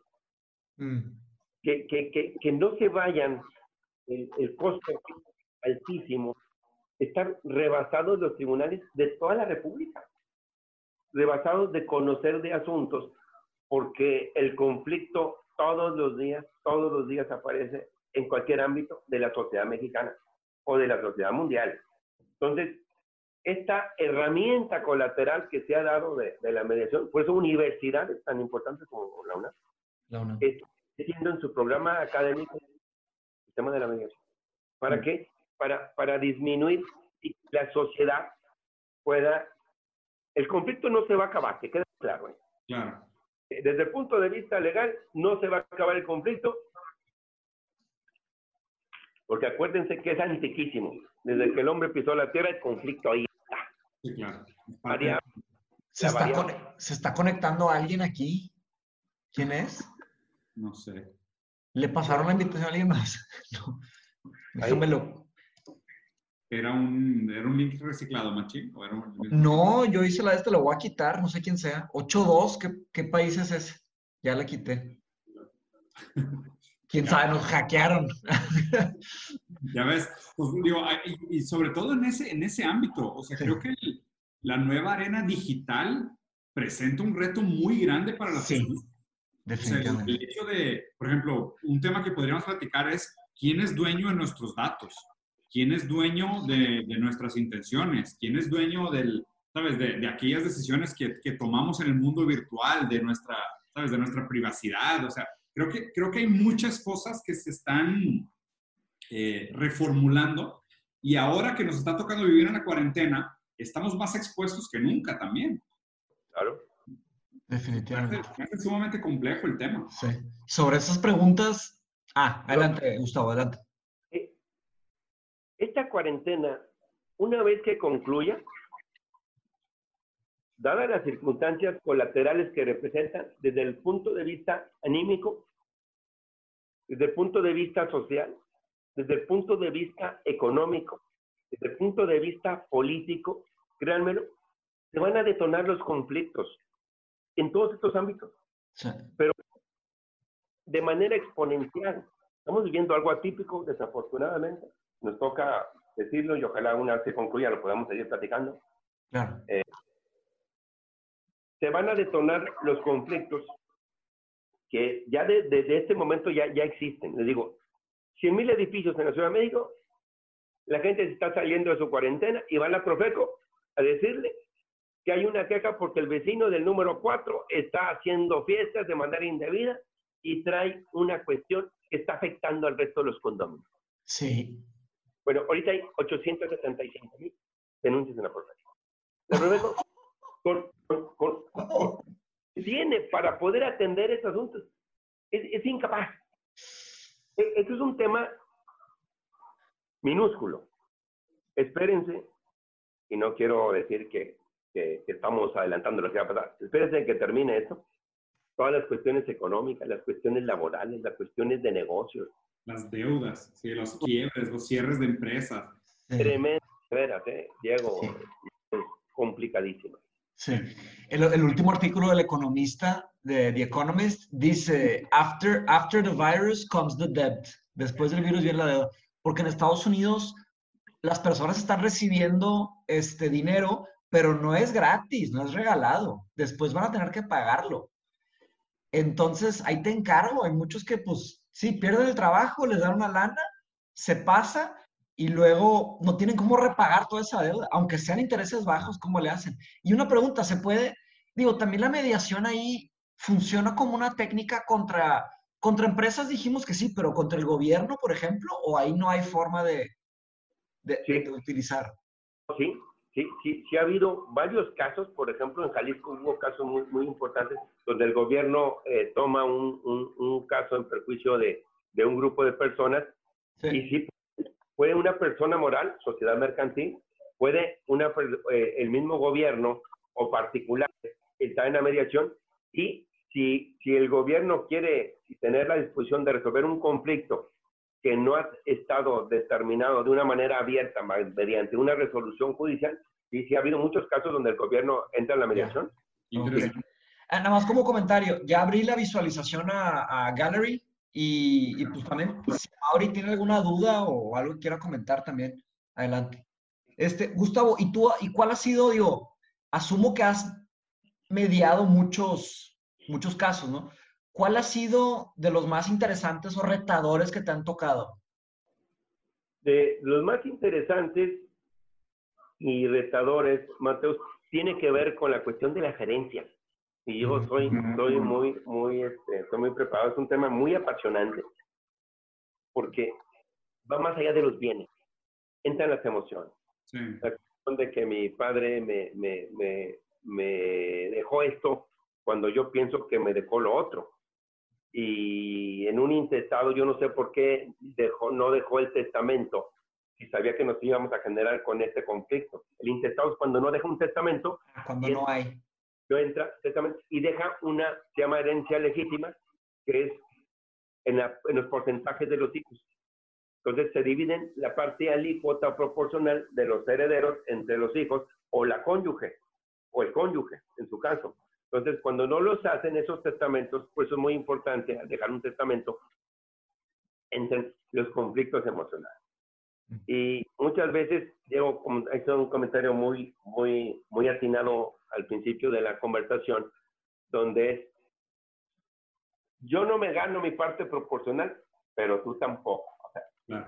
Que no se vayan el costo altísimo, estar rebasados los tribunales de toda la República, rebasados de conocer de asuntos, porque el conflicto todos los días aparece en cualquier ámbito de la sociedad mexicana o de la sociedad mundial. Entonces, esta herramienta colateral que se ha dado de la mediación, por eso universidades tan importantes como la UNAM, está haciendo en su programa académico el tema de la mediación. ¿Para qué? Para disminuir y la sociedad pueda... El conflicto no se va a acabar, que quede claro. Claro. Desde el punto de vista legal, no se va a acabar el conflicto, porque acuérdense que es antiquísimo. Desde que el hombre pisó la tierra, el conflicto ahí está. Sí, claro. ¿Se está conectando alguien aquí? ¿Quién es? No sé. ¿Le pasaron la invitación a alguien más? No. Déjamelo. ¿Era un link reciclado, Machín? No, yo hice la de lo voy a quitar, no sé quién sea. 8.2, ¿qué país es ese? Ya la quité. ¿Quién sabe? Nos hackearon. Ya ves, pues digo, y sobre todo en ese ámbito, o sea, creo que la nueva arena digital presenta un reto muy grande para la justicia. Definitivamente. O sea, el hecho de, por ejemplo, un tema que podríamos platicar es quién es dueño de nuestros datos, quién es dueño de nuestras intenciones, quién es dueño ¿sabes? De aquellas decisiones que tomamos en el mundo virtual, de ¿sabes? De nuestra privacidad. O sea, creo que hay muchas cosas que se están reformulando y ahora que nos está tocando vivir en la cuarentena, estamos más expuestos que nunca también. Claro. Definitivamente. Es sumamente complejo el tema. Sí. Sobre esas preguntas... adelante, Gustavo, adelante. Esta cuarentena, una vez que concluya, dadas las circunstancias colaterales que representan desde el punto de vista anímico, desde el punto de vista social, desde el punto de vista económico, desde el punto de vista político, créanmelo, se van a detonar los conflictos en todos estos ámbitos, Sí. pero de manera exponencial. Estamos viviendo algo atípico, desafortunadamente. Nos toca decirlo y ojalá una vez que concluya lo podamos seguir platicando. Claro. Se van a detonar los conflictos que ya desde este momento ya existen. Les digo, 100,000 edificios en la Ciudad de México, la gente se está saliendo de su cuarentena y va a la Profeco a decirle que hay una queja porque el vecino del número 4 está haciendo fiestas de manera indebida y trae una cuestión que está afectando al resto de los condominios. Sí. Bueno, ahorita hay 875,000 denuncias en la Profeco. La Profeco tiene para poder atender estos asuntos. Es incapaz. Esto es un tema minúsculo. Espérense, y no quiero decir que estamos adelantando lo que va a pasar. Espérense que termine esto. Todas las cuestiones económicas, las cuestiones laborales, las cuestiones de negocios. Las deudas, sí, los quiebres, los cierres de empresas. Sí. Tremendo, de veras, Diego, Sí. es complicadísimo. Sí. El último artículo del Economista, de The Economist, dice, after the virus comes the debt. Después del virus viene la deuda. Porque en Estados Unidos las personas están recibiendo dinero, pero no es gratis, no es regalado. Después van a tener que pagarlo. Entonces, ahí te encargo. Hay muchos que, pues, sí, pierden el trabajo, les dan una lana, se pasa y luego no tienen cómo repagar toda esa deuda, aunque sean intereses bajos, ¿cómo le hacen? Y una pregunta, ¿se puede? Digo, también la mediación ahí funciona como una técnica contra empresas, dijimos que sí, pero contra el gobierno, por ejemplo, o ahí no hay forma de utilizar. Sí ha habido varios casos. Por ejemplo, en Jalisco hubo casos muy, muy importantes donde el gobierno toma un caso en perjuicio de un grupo de personas. Sí. Y sí, puede una persona moral, sociedad mercantil, puede el mismo gobierno o particular estar en la mediación, y si el gobierno quiere tener la disposición de resolver un conflicto que no ha estado determinado de una manera abierta mediante una resolución judicial, sí ha habido muchos casos donde el gobierno entra en la mediación. Okay. Nada más como comentario, ya abrí la visualización a Gallery y pues también, si Mauri tiene alguna duda o algo que quiera comentar también, adelante. Gustavo, ¿y cuál ha sido, digo, asumo que has mediado muchos casos, ¿no? ¿Cuál ha sido de los más interesantes o retadores que te han tocado? De los más interesantes y retadores, Mateus, tiene que ver con la cuestión de la gerencia. Y yo soy muy preparado. Es un tema muy apasionante porque va más allá de los bienes. Entran las emociones. Sí. La cuestión de que mi padre me dejó esto cuando yo pienso que me dejó lo otro. Y en un intestado, yo no sé por qué no dejó el testamento, si sabía que nos íbamos a generar con este conflicto. El intestado es cuando no deja un testamento. Cuando no hay. Entra testamento y deja se llama herencia legítima, que es en los porcentajes de los hijos. Entonces se dividen la parte alícuota proporcional de los herederos entre los hijos o la cónyuge, o el cónyuge, en su caso. Entonces, cuando no los hacen esos testamentos, pues es muy importante al dejar un testamento, entre los conflictos emocionales. Y muchas veces, Diego, hizo un comentario muy atinado al principio de la conversación, donde es, yo no me gano mi parte proporcional, pero tú tampoco. O sea, claro.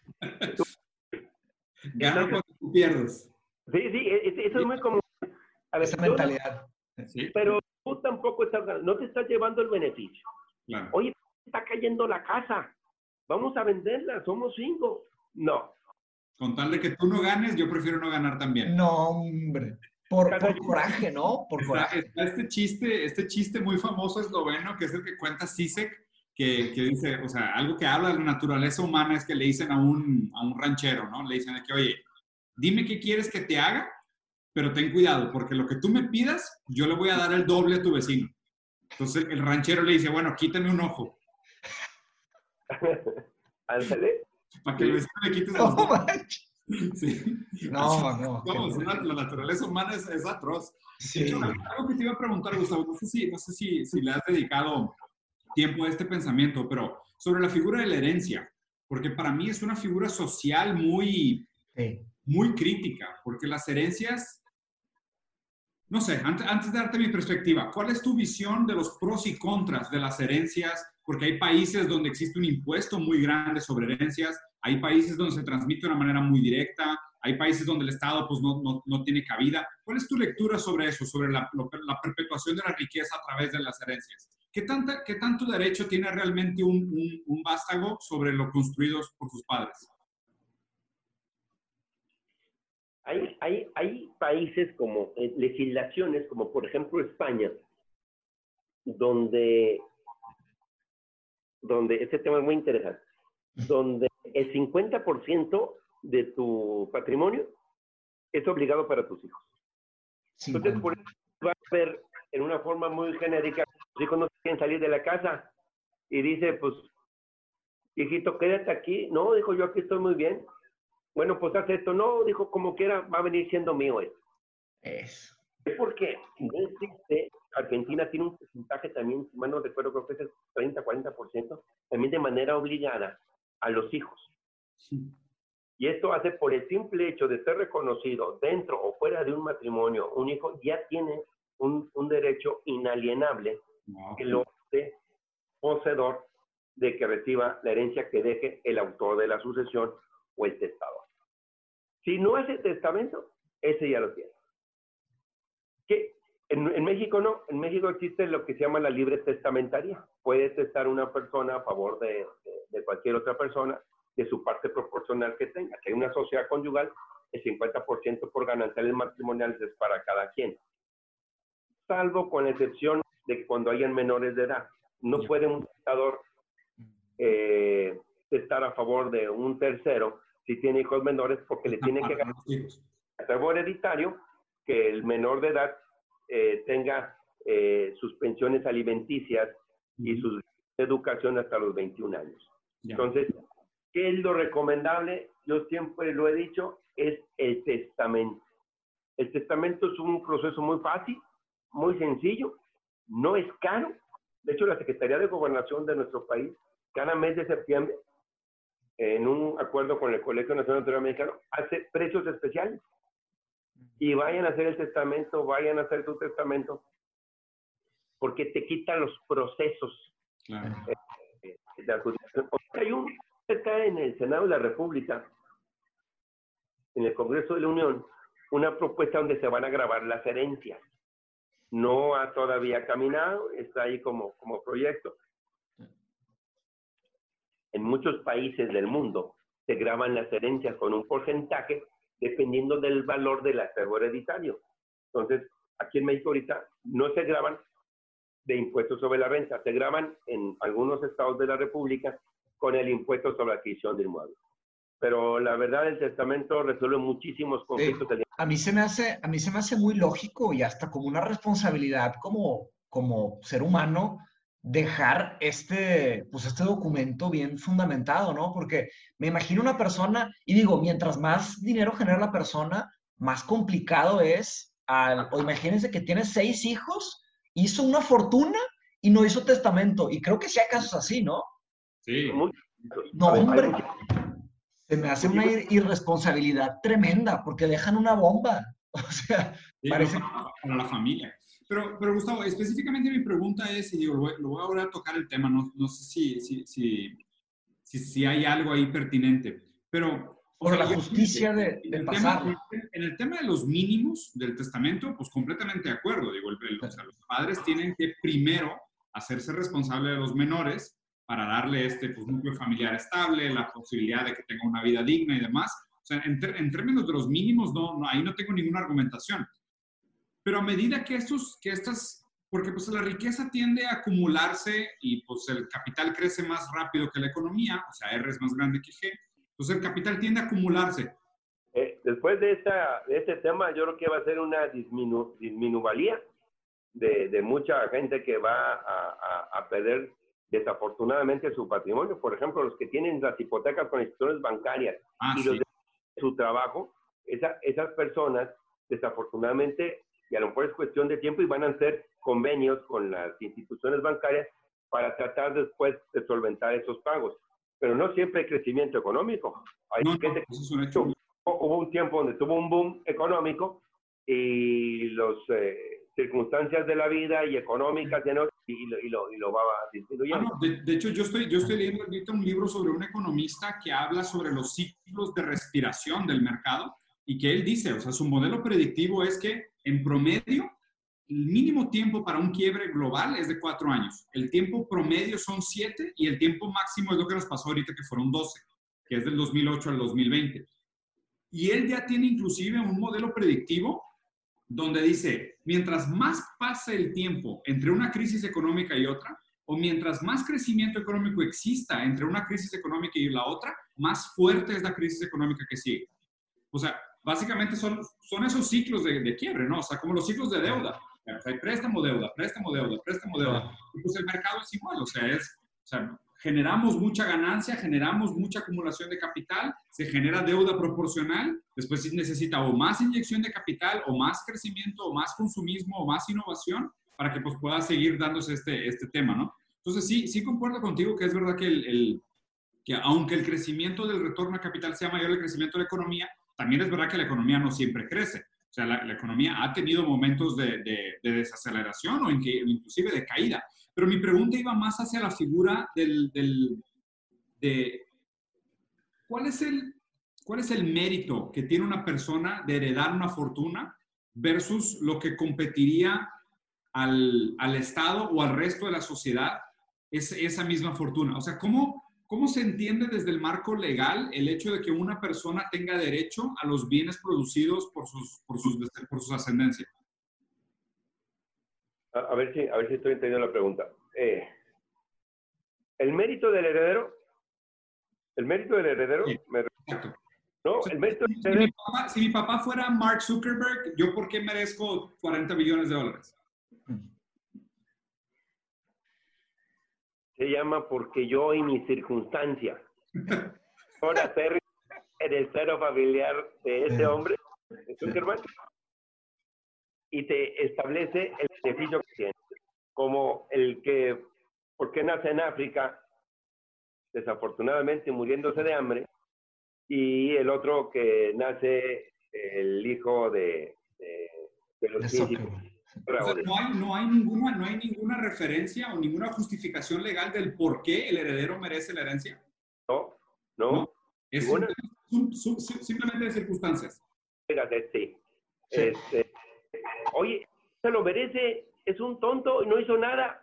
Gano cuando tú pierdes. Sí, eso es muy común. A ver, esa mentalidad. Sí. Pero tú tampoco no te estás llevando el beneficio. Claro. Oye, está cayendo la casa, vamos a venderla, somos 5. No. Con tal de que tú no ganes, yo prefiero no ganar también. No, hombre. Por coraje, ¿no? Por coraje. Está este chiste muy famoso esloveno, que es el que cuenta Zizek, que dice, o sea, algo que habla de la naturaleza humana es que le dicen a un ranchero, ¿no? Le dicen que, oye, dime qué quieres que te haga, pero ten cuidado, porque lo que tú me pidas, yo le voy a dar el doble a tu vecino. Entonces el ranchero le dice, bueno, quítame un ojo. Ándale. Para que el vecino le quites los dos. Sí. Así No, somos, la naturaleza humana es atroz. De hecho, sí, algo que te iba a preguntar, Gustavo, no sé si le has dedicado tiempo a este pensamiento, pero sobre la figura de la herencia, porque para mí es una figura social muy, sí. muy crítica, porque las herencias, no sé, antes de darte mi perspectiva, ¿cuál es tu visión de los pros y contras de las herencias? Porque hay países donde existe un impuesto muy grande sobre herencias, hay países donde se transmite de una manera muy directa, hay países donde el Estado pues, no tiene cabida. ¿Cuál es tu lectura sobre eso, sobre la perpetuación de la riqueza a través de las herencias? ¿Qué tanto derecho tiene realmente un vástago sobre lo construido por sus padres? Hay países como legislaciones, como por ejemplo España, donde, donde este tema es muy interesante, donde el 50% de tu patrimonio es obligado para tus hijos. Entonces, 50. por eso va a ver en una forma muy genérica, los hijos no quieren salir de la casa y dice, pues, hijito, quédate aquí. No, dijo, yo aquí estoy muy bien. Bueno, pues haz esto. No, dijo, como quiera, va a venir siendo mío esto. Es. Es porque no existe, Argentina tiene un porcentaje también, si mal no recuerdo, creo que es el 30-40%, también de manera obligada a los hijos. Y esto hace por el simple hecho de ser reconocido dentro o fuera de un matrimonio, un hijo ya tiene un derecho inalienable No. que lo hace poseedor de que reciba la herencia que deje el autor de la sucesión o el testador. Si no es el testamento, ese ya lo tiene. ¿Qué? En México no, en México existe lo que se llama la libre testamentaria. Puede testar una persona a favor de cualquier otra persona de su parte proporcional que tenga. Si hay una sociedad conyugal, el 50% por gananciales matrimoniales es para cada quien. Salvo con la excepción de que cuando hayan menores de edad. No puede un testador testar a favor de un tercero si tiene hijos menores porque le tiene que ganar algo hereditario que el menor de edad tenga sus pensiones alimenticias y su educación hasta los 21 años. Entonces, ¿qué es lo recomendable? Yo siempre lo he dicho, es el testamento. El testamento es un proceso muy fácil, muy sencillo, no es caro. De hecho, la Secretaría de Gobernación de nuestro país, cada mes de septiembre, en un acuerdo con el Colegio Nacional Notarial Mexicano, hace precios especiales. Y vayan a hacer el testamento, vayan a hacer su testamento, porque te quitan los procesos de adjudicación. Está en el Senado de la República, en el Congreso de la Unión, una propuesta donde se van a grabar las herencias. No ha todavía caminado, está ahí como proyecto. En muchos países del mundo se graban las herencias con un porcentaje dependiendo del valor del acervo hereditario. Entonces, aquí en México ahorita no se graban de impuestos sobre la renta, se graban en algunos estados de la República con el impuesto sobre la adquisición de inmuebles. Pero la verdad, el testamento resuelve muchísimos conflictos. A mí se me hace muy lógico y hasta como una responsabilidad como ser humano dejar pues este documento bien fundamentado, ¿no? Porque me imagino una persona, y digo, mientras más dinero genera la persona, más complicado es, o imagínense que tiene 6 hijos, hizo una fortuna y no hizo testamento, y creo que sí hay casos así, ¿no? Sí. No, hombre, se me hace una irresponsabilidad tremenda porque dejan una bomba. O sea, Sí, parece... para la familia. Pero Gustavo, específicamente mi pregunta es, y digo, lo voy ahora a tocar el tema, no sé si hay algo ahí pertinente, pero, o Por sea, la justicia de pasar. en el tema de los mínimos del testamento, pues completamente de acuerdo. Digo, o sea, los padres tienen que primero hacerse responsable de los menores para darle pues, núcleo familiar estable, la posibilidad de que tenga una vida digna y demás. O sea, en términos de los mínimos, ahí no tengo ninguna argumentación. Pero a medida que porque pues la riqueza tiende a acumularse y pues el capital crece más rápido que la economía, o sea, R es más grande que G, entonces el capital tiende a acumularse. Después de este tema, yo creo que va a ser una disminuvalía de mucha gente que va a perder desafortunadamente su patrimonio. Por ejemplo, los que tienen las hipotecas con instituciones bancarias y los su trabajo, esas personas, desafortunadamente, y a lo mejor es cuestión de tiempo, y van a hacer convenios con las instituciones bancarias para tratar después de solventar esos pagos. Pero no siempre hay crecimiento económico. Hubo un tiempo donde tuvo un boom económico y las circunstancias de la vida y económicas y lo va disminuyendo. De hecho, yo estoy leyendo ahorita un libro sobre un economista que habla sobre los ciclos de respiración del mercado y que él dice, o sea, su modelo predictivo es que en promedio el mínimo tiempo para un quiebre global es de 4 años. El tiempo promedio son 7 y el tiempo máximo es lo que nos pasó ahorita, que fueron 12, que es del 2008 al 2020. Y él ya tiene inclusive un modelo predictivo donde dice, mientras más pase el tiempo entre una crisis económica y otra, o mientras más crecimiento económico exista entre una crisis económica y la otra, más fuerte es la crisis económica que sigue. O sea, básicamente son esos ciclos de quiebre, ¿no? O sea, como los ciclos de deuda. O sea, hay préstamo, deuda, préstamo, deuda, préstamo, deuda. Y pues el mercado es igual, o sea, generamos mucha ganancia, generamos mucha acumulación de capital, se genera deuda proporcional, después se necesita o más inyección de capital, o más crecimiento, o más consumismo, o más innovación, para que pues pueda seguir dándose este tema, ¿no? Entonces sí concuerdo contigo que es verdad que aunque el crecimiento del retorno a capital sea mayor al crecimiento de la economía, también es verdad que la economía no siempre crece. O sea, la economía ha tenido momentos de desaceleración o inclusive de caída. Pero mi pregunta iba más hacia la figura de ¿cuál es el mérito que tiene una persona de heredar una fortuna versus lo que competiría al Estado o al resto de la sociedad esa misma fortuna? O sea, ¿cómo se entiende desde el marco legal el hecho de que una persona tenga derecho a los bienes producidos por sus ascendencias? A ver si estoy entendiendo la pregunta. El mérito del heredero. Sí, exacto. No, el mérito del heredero. Si mi papá fuera Mark Zuckerberg, ¿yo por qué merezco 40 billones de dólares? Se llama porque yo y mi circunstancia. Ahora ser el heredero familiar de ese hombre, de Zuckerberg, y te establece el beneficio que tiene. Como el que, porque nace en África, desafortunadamente muriéndose de hambre, y el otro que nace el hijo de los físicos. O sea, no hay ninguna referencia o ninguna justificación legal del por qué el heredero merece la herencia. No. Es simplemente de circunstancias. Sí. Oye, se lo merece, es un tonto y no hizo nada.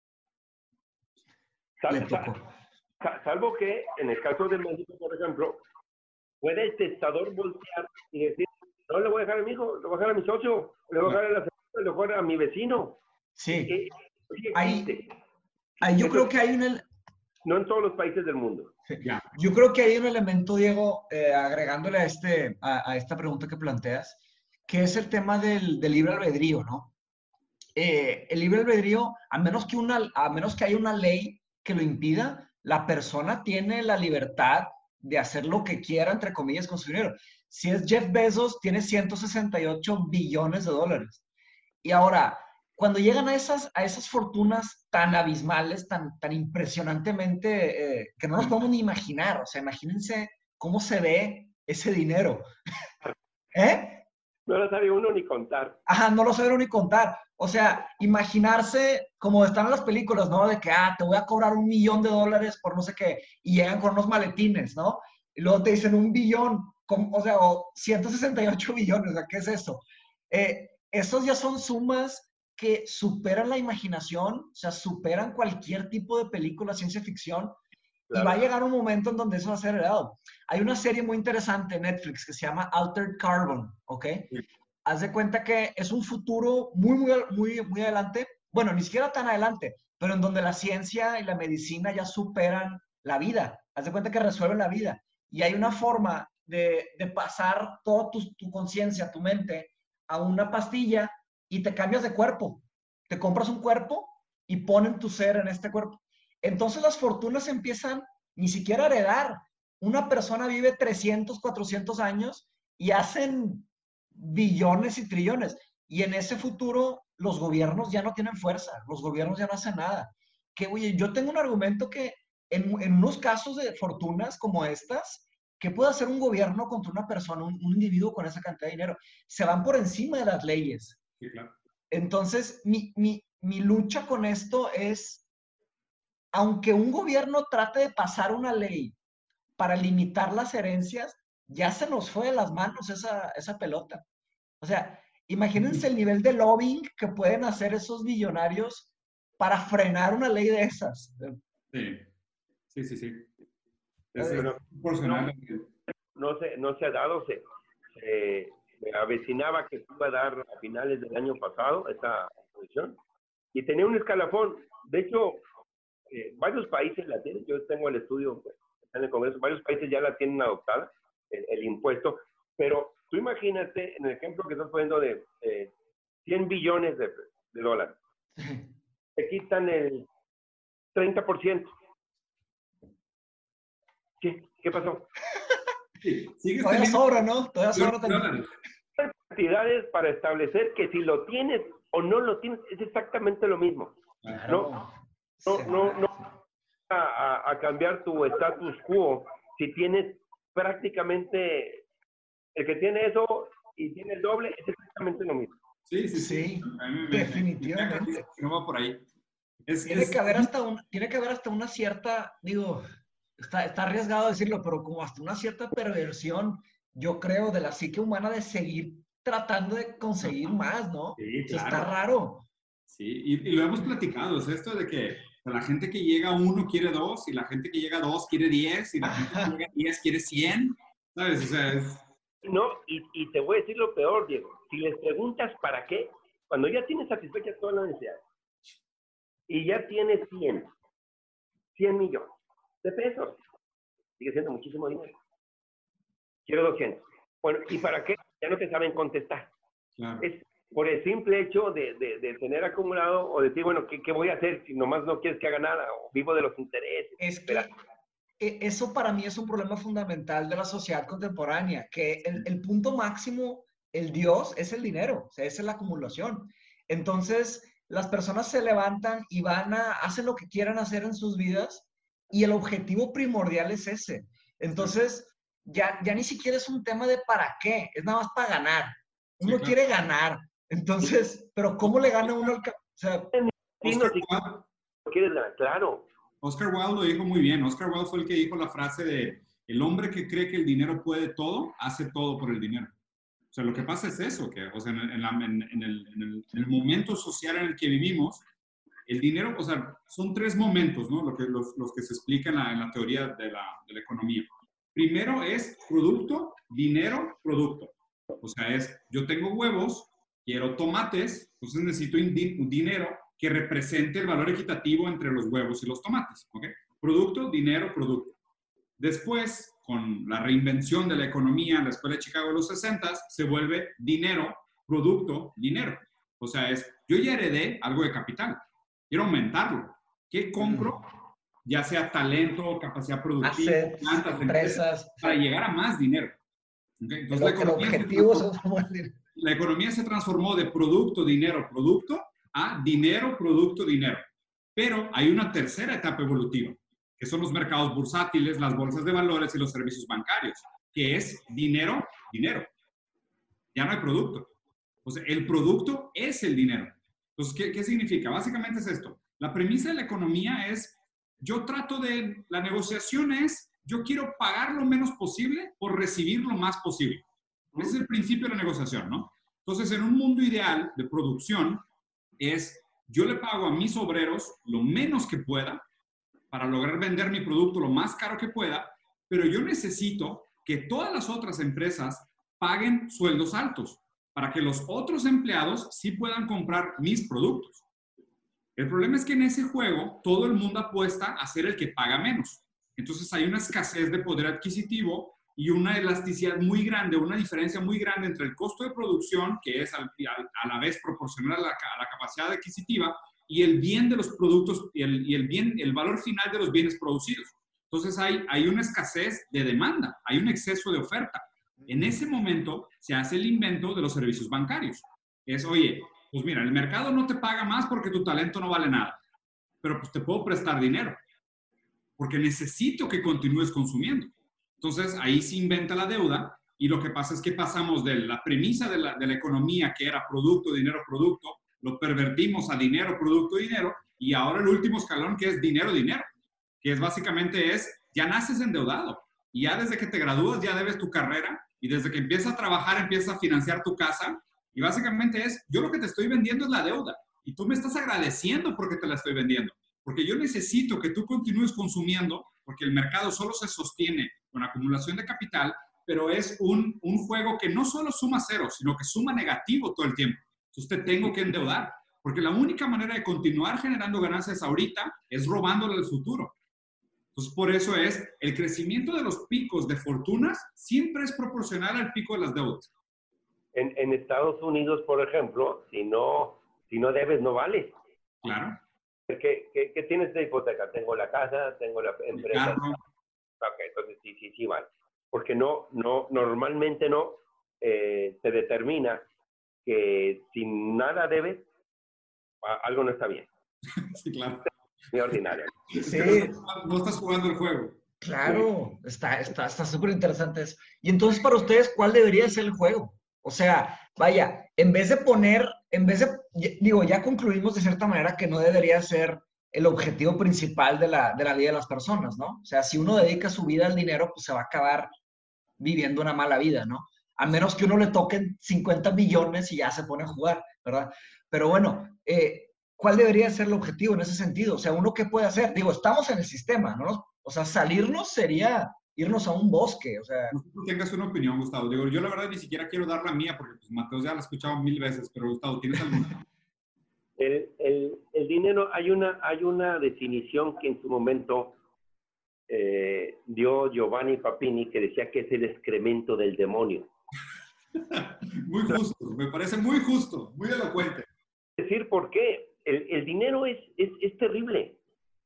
Salvo que, en el caso de México, por ejemplo, puede el testador voltear y decir, no le voy a dejar a mi hijo, le voy a dejar a mi socio, le voy a dejar a la señora, le voy a dejar a mi vecino. Sí. Ahí yo creo que hay no en todos los países del mundo. Sí. Yo creo que hay un elemento, Diego, agregándole a esta pregunta que planteas, que es el tema del libre albedrío, ¿no? El libre albedrío, a menos que haya una ley que lo impida, la persona tiene la libertad de hacer lo que quiera, entre comillas, con su dinero. Si es Jeff Bezos, tiene 168 billones de dólares. Y ahora, cuando llegan a esas fortunas tan abismales, tan impresionantemente, que no nos podemos ni imaginar, o sea, imagínense cómo se ve ese dinero. No lo sabe uno ni contar. Ajá, no lo sabe uno ni contar. O sea, imaginarse como están en las películas, ¿no? De que, te voy a cobrar $1 millón por no sé qué, y llegan con unos maletines, ¿no? Y luego te dicen $1 billón, o 168 billones, o sea, ¿qué es eso? Esos ya son sumas que superan la imaginación, o sea, superan cualquier tipo de película, ciencia ficción, claro. Y va a llegar un momento en donde eso va a ser heredado. Hay una serie muy interesante en Netflix que se llama Altered Carbon, ¿ok? Sí. Haz de cuenta que es un futuro muy adelante, bueno, ni siquiera tan adelante, pero en donde la ciencia y la medicina ya superan la vida. Haz de cuenta que resuelven la vida. Y hay una forma de pasar toda tu conciencia, tu mente, a una pastilla y te cambias de cuerpo. Te compras un cuerpo y ponen tu ser en este cuerpo. Entonces las fortunas empiezan ni siquiera a heredar. una persona vive 300, 400 años y hacen billones y trillones. Y en ese futuro los gobiernos ya no tienen fuerza, los gobiernos ya no hacen nada. Que, oye, yo tengo un argumento que en unos casos de fortunas como estas, ¿qué puede hacer un gobierno contra una persona, un individuo con esa cantidad de dinero? Se van por encima de las leyes. Sí, claro. Entonces, mi lucha con esto es, aunque un gobierno trate de pasar una ley para limitar las herencias, ya se nos fue de las manos esa pelota. O sea, imagínense el nivel de lobbying que pueden hacer esos millonarios para frenar una ley de esas. Sí, sí, sí, sí. Bueno, proporcional. no se ha dado, se avecinaba que se iba a dar a finales del año pasado esta posición y tenía un escalafón. De hecho, varios países la tienen. Yo tengo el estudio, pues, está en el Congreso, varios países ya la tienen adoptada, el impuesto, pero tú imagínate en el ejemplo que estás poniendo de 100 billones de dólares, te quitan el 30%. ¿Qué pasó? Sí, sigues Todavía teniendo sobra, ¿no? Todavía sobra también. dólares. Cantidades para establecer que si lo tienes o no lo tienes es exactamente lo mismo. Claro. No a cambiar tu status quo si tienes prácticamente el que tiene eso y tiene el doble, es exactamente lo mismo. Sí, sí, sí. Sí, definitivamente. No va por ahí. Tiene que haber hasta una cierta, digo, está arriesgado decirlo, pero como hasta una cierta perversión, yo creo, de la psique humana de seguir tratando de conseguir más, ¿no? Sí, O sea, claro. está raro. Sí, y lo hemos platicado, es esto de que la gente que llega a 1 quiere 2, y la gente que llega a 2 quiere 10, y la gente que llega a 10 quiere 100, ¿sabes? O sea, No, y te voy a decir lo peor, Diego. Si les preguntas para qué, cuando ya tienes satisfechas todas las necesidades y ya tienes 100 millones de pesos, sigue siendo muchísimo dinero. Quiero 200. Bueno, ¿y para qué? Ya no te saben contestar. claro. Es por el simple hecho de tener acumulado o decir, bueno, ¿qué voy a hacer si nomás no quieres que haga nada o vivo de los intereses? Es que eso para mí es un problema fundamental de la sociedad contemporánea, que el punto máximo, el Dios, es el dinero, o sea, esa es la acumulación. Entonces, las personas se levantan y hacen lo que quieran hacer en sus vidas y el objetivo primordial es ese. Entonces, ya ni siquiera es un tema de para qué, es nada más para ganar. Uno quiere ganar. Entonces, pero ¿cómo le gana uno al... O sea, claro. Oscar Wilde lo dijo muy bien. Oscar Wilde fue el que dijo la frase de el hombre que cree que el dinero puede todo, hace todo por el dinero. O sea, lo que pasa es eso, que, o sea, en el momento social en el que vivimos, el dinero, o sea, son 3 momentos, ¿no? Los que se explican en la teoría de la economía. Primero es producto, dinero, producto. O sea, yo tengo huevos, quiero tomates, entonces necesito un dinero que represente el valor equitativo entre los huevos y los tomates, ¿ok? Producto, dinero, producto. Después, con la reinvención de la economía en la Escuela de Chicago de los 60, se vuelve dinero, producto, dinero. O sea, yo ya heredé algo de capital, quiero aumentarlo. ¿Qué compro? Ya sea talento, capacidad productiva, plantas, empresas, para llegar a más dinero. ¿Okay? Entonces, la economía se transformó de producto, dinero, producto a dinero, producto, dinero. Pero hay una tercera etapa evolutiva, que son los mercados bursátiles, las bolsas de valores y los servicios bancarios, que es dinero, dinero. Ya no hay producto. O sea, el producto es el dinero. Entonces, ¿qué significa? Básicamente es esto. La premisa de la economía es, la negociación es, yo quiero pagar lo menos posible por recibir lo más posible. Ese es el principio de la negociación, ¿no? Entonces, en un mundo ideal de producción, yo le pago a mis obreros lo menos que pueda para lograr vender mi producto lo más caro que pueda, pero yo necesito que todas las otras empresas paguen sueldos altos para que los otros empleados sí puedan comprar mis productos. El problema es que en ese juego todo el mundo apuesta a ser el que paga menos. Entonces hay una escasez de poder adquisitivo y una elasticidad muy grande, una diferencia muy grande entre el costo de producción, que es a la vez proporcional a la capacidad adquisitiva, y el bien de los productos y el valor final de los bienes producidos. Entonces hay una escasez de demanda, hay un exceso de oferta. En ese momento se hace el invento de los servicios bancarios. Es, oye, pues mira, el mercado no te paga más porque tu talento no vale nada, pero pues te puedo prestar dinero porque necesito que continúes consumiendo. Entonces ahí se inventa la deuda y lo que pasa es que pasamos de la premisa de la economía, que era producto, dinero, producto, lo pervertimos a dinero, producto, dinero, y ahora el último escalón, que es dinero, dinero, que es básicamente ya naces endeudado y ya desde que te gradúas ya debes tu carrera y desde que empiezas a trabajar empiezas a financiar tu casa y básicamente yo lo que te estoy vendiendo es la deuda y tú me estás agradeciendo porque te la estoy vendiendo, porque yo necesito que tú continúes consumiendo porque el mercado solo se sostiene con acumulación de capital, pero es un juego que no solo suma cero, sino que suma negativo todo el tiempo. Entonces te tengo que endeudar, porque la única manera de continuar generando ganancias ahorita es robándole el futuro. Entonces, por eso el crecimiento de los picos de fortunas siempre es proporcional al pico de las deudas. En Estados Unidos, por ejemplo, si no debes, no vales. Claro. ¿Qué tienes de hipoteca? Tengo la casa, tengo la empresa. Ok, entonces sí vale. Porque normalmente no se determina que si nada debes, algo no está bien. Sí, claro. Muy ordinario. Sí. No estás jugando el juego. Claro, está súper interesante eso. Y entonces, para ustedes, ¿cuál debería ser el juego? O sea, vaya, digo, ya concluimos de cierta manera que no debería ser el objetivo principal de la vida de las personas, ¿no? O sea, si uno dedica su vida al dinero, pues se va a acabar viviendo una mala vida, ¿no? A menos que uno le toquen 50 millones y ya se pone a jugar, ¿verdad? Pero bueno, ¿cuál debería ser el objetivo en ese sentido? O sea, ¿uno qué puede hacer? Digo, estamos en el sistema, ¿no? O sea, salirnos sería irnos a un bosque, o sea... No sé si tú tengas una opinión, Gustavo. Digo, yo la verdad ni siquiera quiero dar la mía porque pues, Mateo ya la ha escuchado 1000 veces, pero Gustavo, ¿tienes alguna? El dinero, hay una definición que en su momento dio Giovanni Papini, que decía que es el excremento del demonio. Muy justo, me parece muy justo, muy elocuente. Es decir, ¿por qué? El dinero es terrible.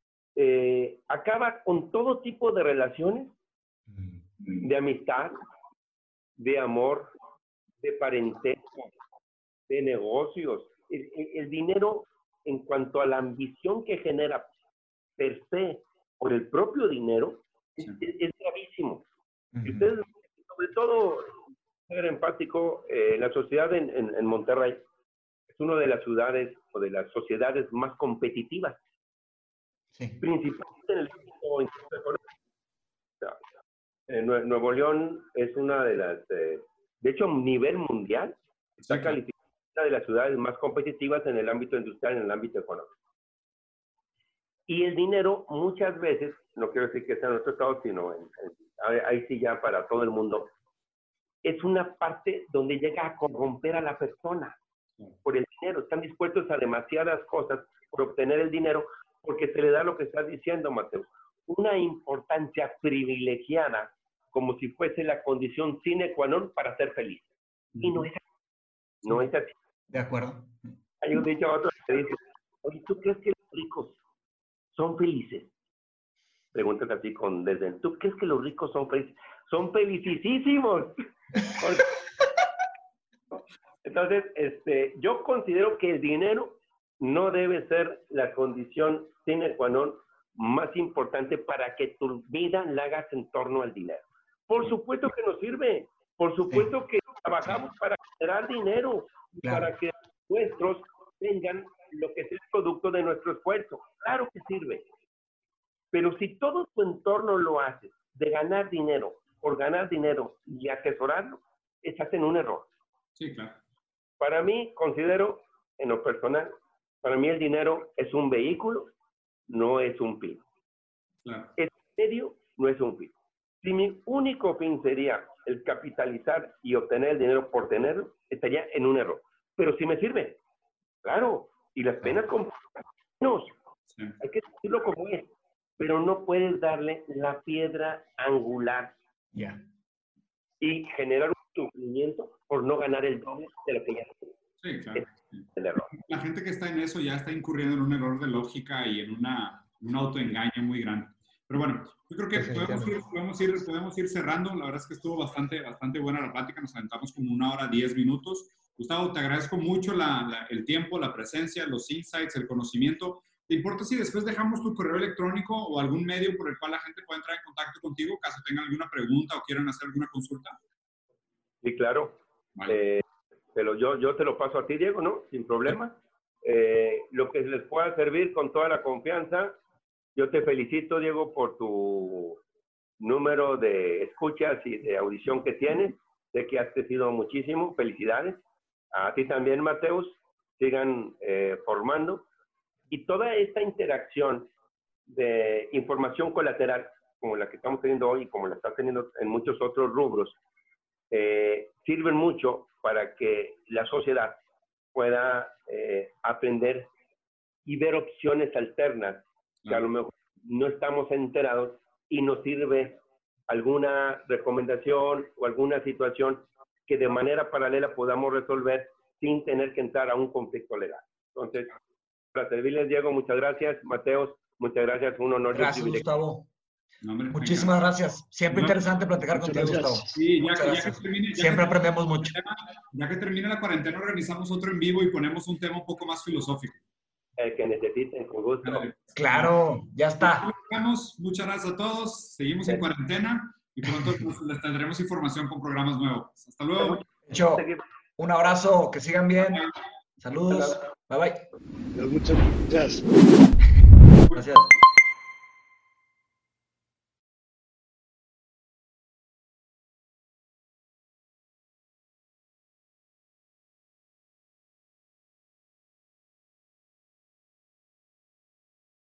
Acaba con todo tipo de relaciones, de amistad, de amor, de parentesco, de negocios. El dinero, en cuanto a la ambición que genera per se por el propio dinero, es gravísimo. Y ustedes, sobre todo, ser empático, la sociedad en Monterrey es una de las ciudades o de las sociedades más competitivas. Sí. Principalmente en el ámbito económico. Nuevo León es una de las, de hecho, a nivel mundial, está calificada una de las ciudades más competitivas en el ámbito industrial, en el ámbito económico. Y el dinero, muchas veces, no quiero decir que sea en nuestro estado, sino ahí sí ya para todo el mundo, es una parte donde llega a corromper a la persona por el dinero. Están dispuestos a demasiadas cosas por obtener el dinero, porque se le da lo que estás diciendo, Mateo, una importancia privilegiada, como si fuese la condición sine qua non para ser feliz. Y no es así. No es así. De acuerdo. Hay un dicho otro que dice, oye, ¿tú crees que los ricos son felices? Pregúntate así con desdén. ¿Tú crees que los ricos son felices? ¡Son felicísimos! Entonces, yo considero que el dinero no debe ser la condición sine qua non más importante para que tu vida la hagas en torno al dinero. Por supuesto que nos sirve, por supuesto que trabajamos para generar dinero, para que nuestros tengan lo que es el producto de nuestro esfuerzo. Claro que sirve. Pero si todo tu entorno lo haces de ganar dinero, por ganar dinero y atesorarlo, estás en un error. Sí, claro. Para mí, considero, en lo personal, para mí el dinero es un vehículo, no es un fin. Claro. El medio no es un fin. Si mi único fin sería el capitalizar y obtener el dinero por tenerlo, estaría en un error. Pero si me sirve, claro, y las penas con menos, hay que decirlo como es, pero no puedes darle la piedra angular y generar un sufrimiento por no ganar el doble de lo que ya tienes. Sí, claro. Es el error. La gente que está en eso ya está incurriendo en un error de lógica y en un autoengaño muy grande. Pero bueno, yo creo que podemos ir cerrando. La verdad es que estuvo bastante buena la plática. Nos aventamos como 1 hora 10 minutos. Gustavo, te agradezco mucho el tiempo, la presencia, los insights, el conocimiento. ¿Te importa si después dejamos tu correo electrónico o algún medio por el cual la gente pueda entrar en contacto contigo, caso tengan alguna pregunta o quieran hacer alguna consulta? Sí, claro. Vale. Yo te lo paso a ti, Diego, ¿no? Sin problema. Lo que les pueda servir con toda la confianza. Yo te felicito, Diego, por tu número de escuchas y de audición que tienes. Sé que has crecido muchísimo. Felicidades. A ti también, Mateus. Sigan formando. Y toda esta interacción de información colateral, como la que estamos teniendo hoy y como la está teniendo en muchos otros rubros, sirven mucho para que la sociedad pueda aprender y ver opciones alternas que a lo mejor no estamos enterados y nos sirve alguna recomendación o alguna situación que de manera paralela podamos resolver sin tener que entrar a un conflicto legal. Entonces, para servirles, Diego, muchas gracias. Mateos, muchas gracias. Un honor. Gracias, Gustavo. No, hombre, Muchísimas gracias. Siempre interesante platicar contigo, Gustavo. Sí, ya que termine, siempre aprendemos mucho. Ya que termine la cuarentena, organizamos otro en vivo y ponemos un tema un poco más filosófico. El que necesiten, con gusto. Claro, ya está. Muchas gracias a todos. Seguimos en cuarentena y pronto les tendremos información con programas nuevos. Hasta luego. Hecho, un abrazo, que sigan bien. Saludos. Bye bye. Muchas gracias. Gracias.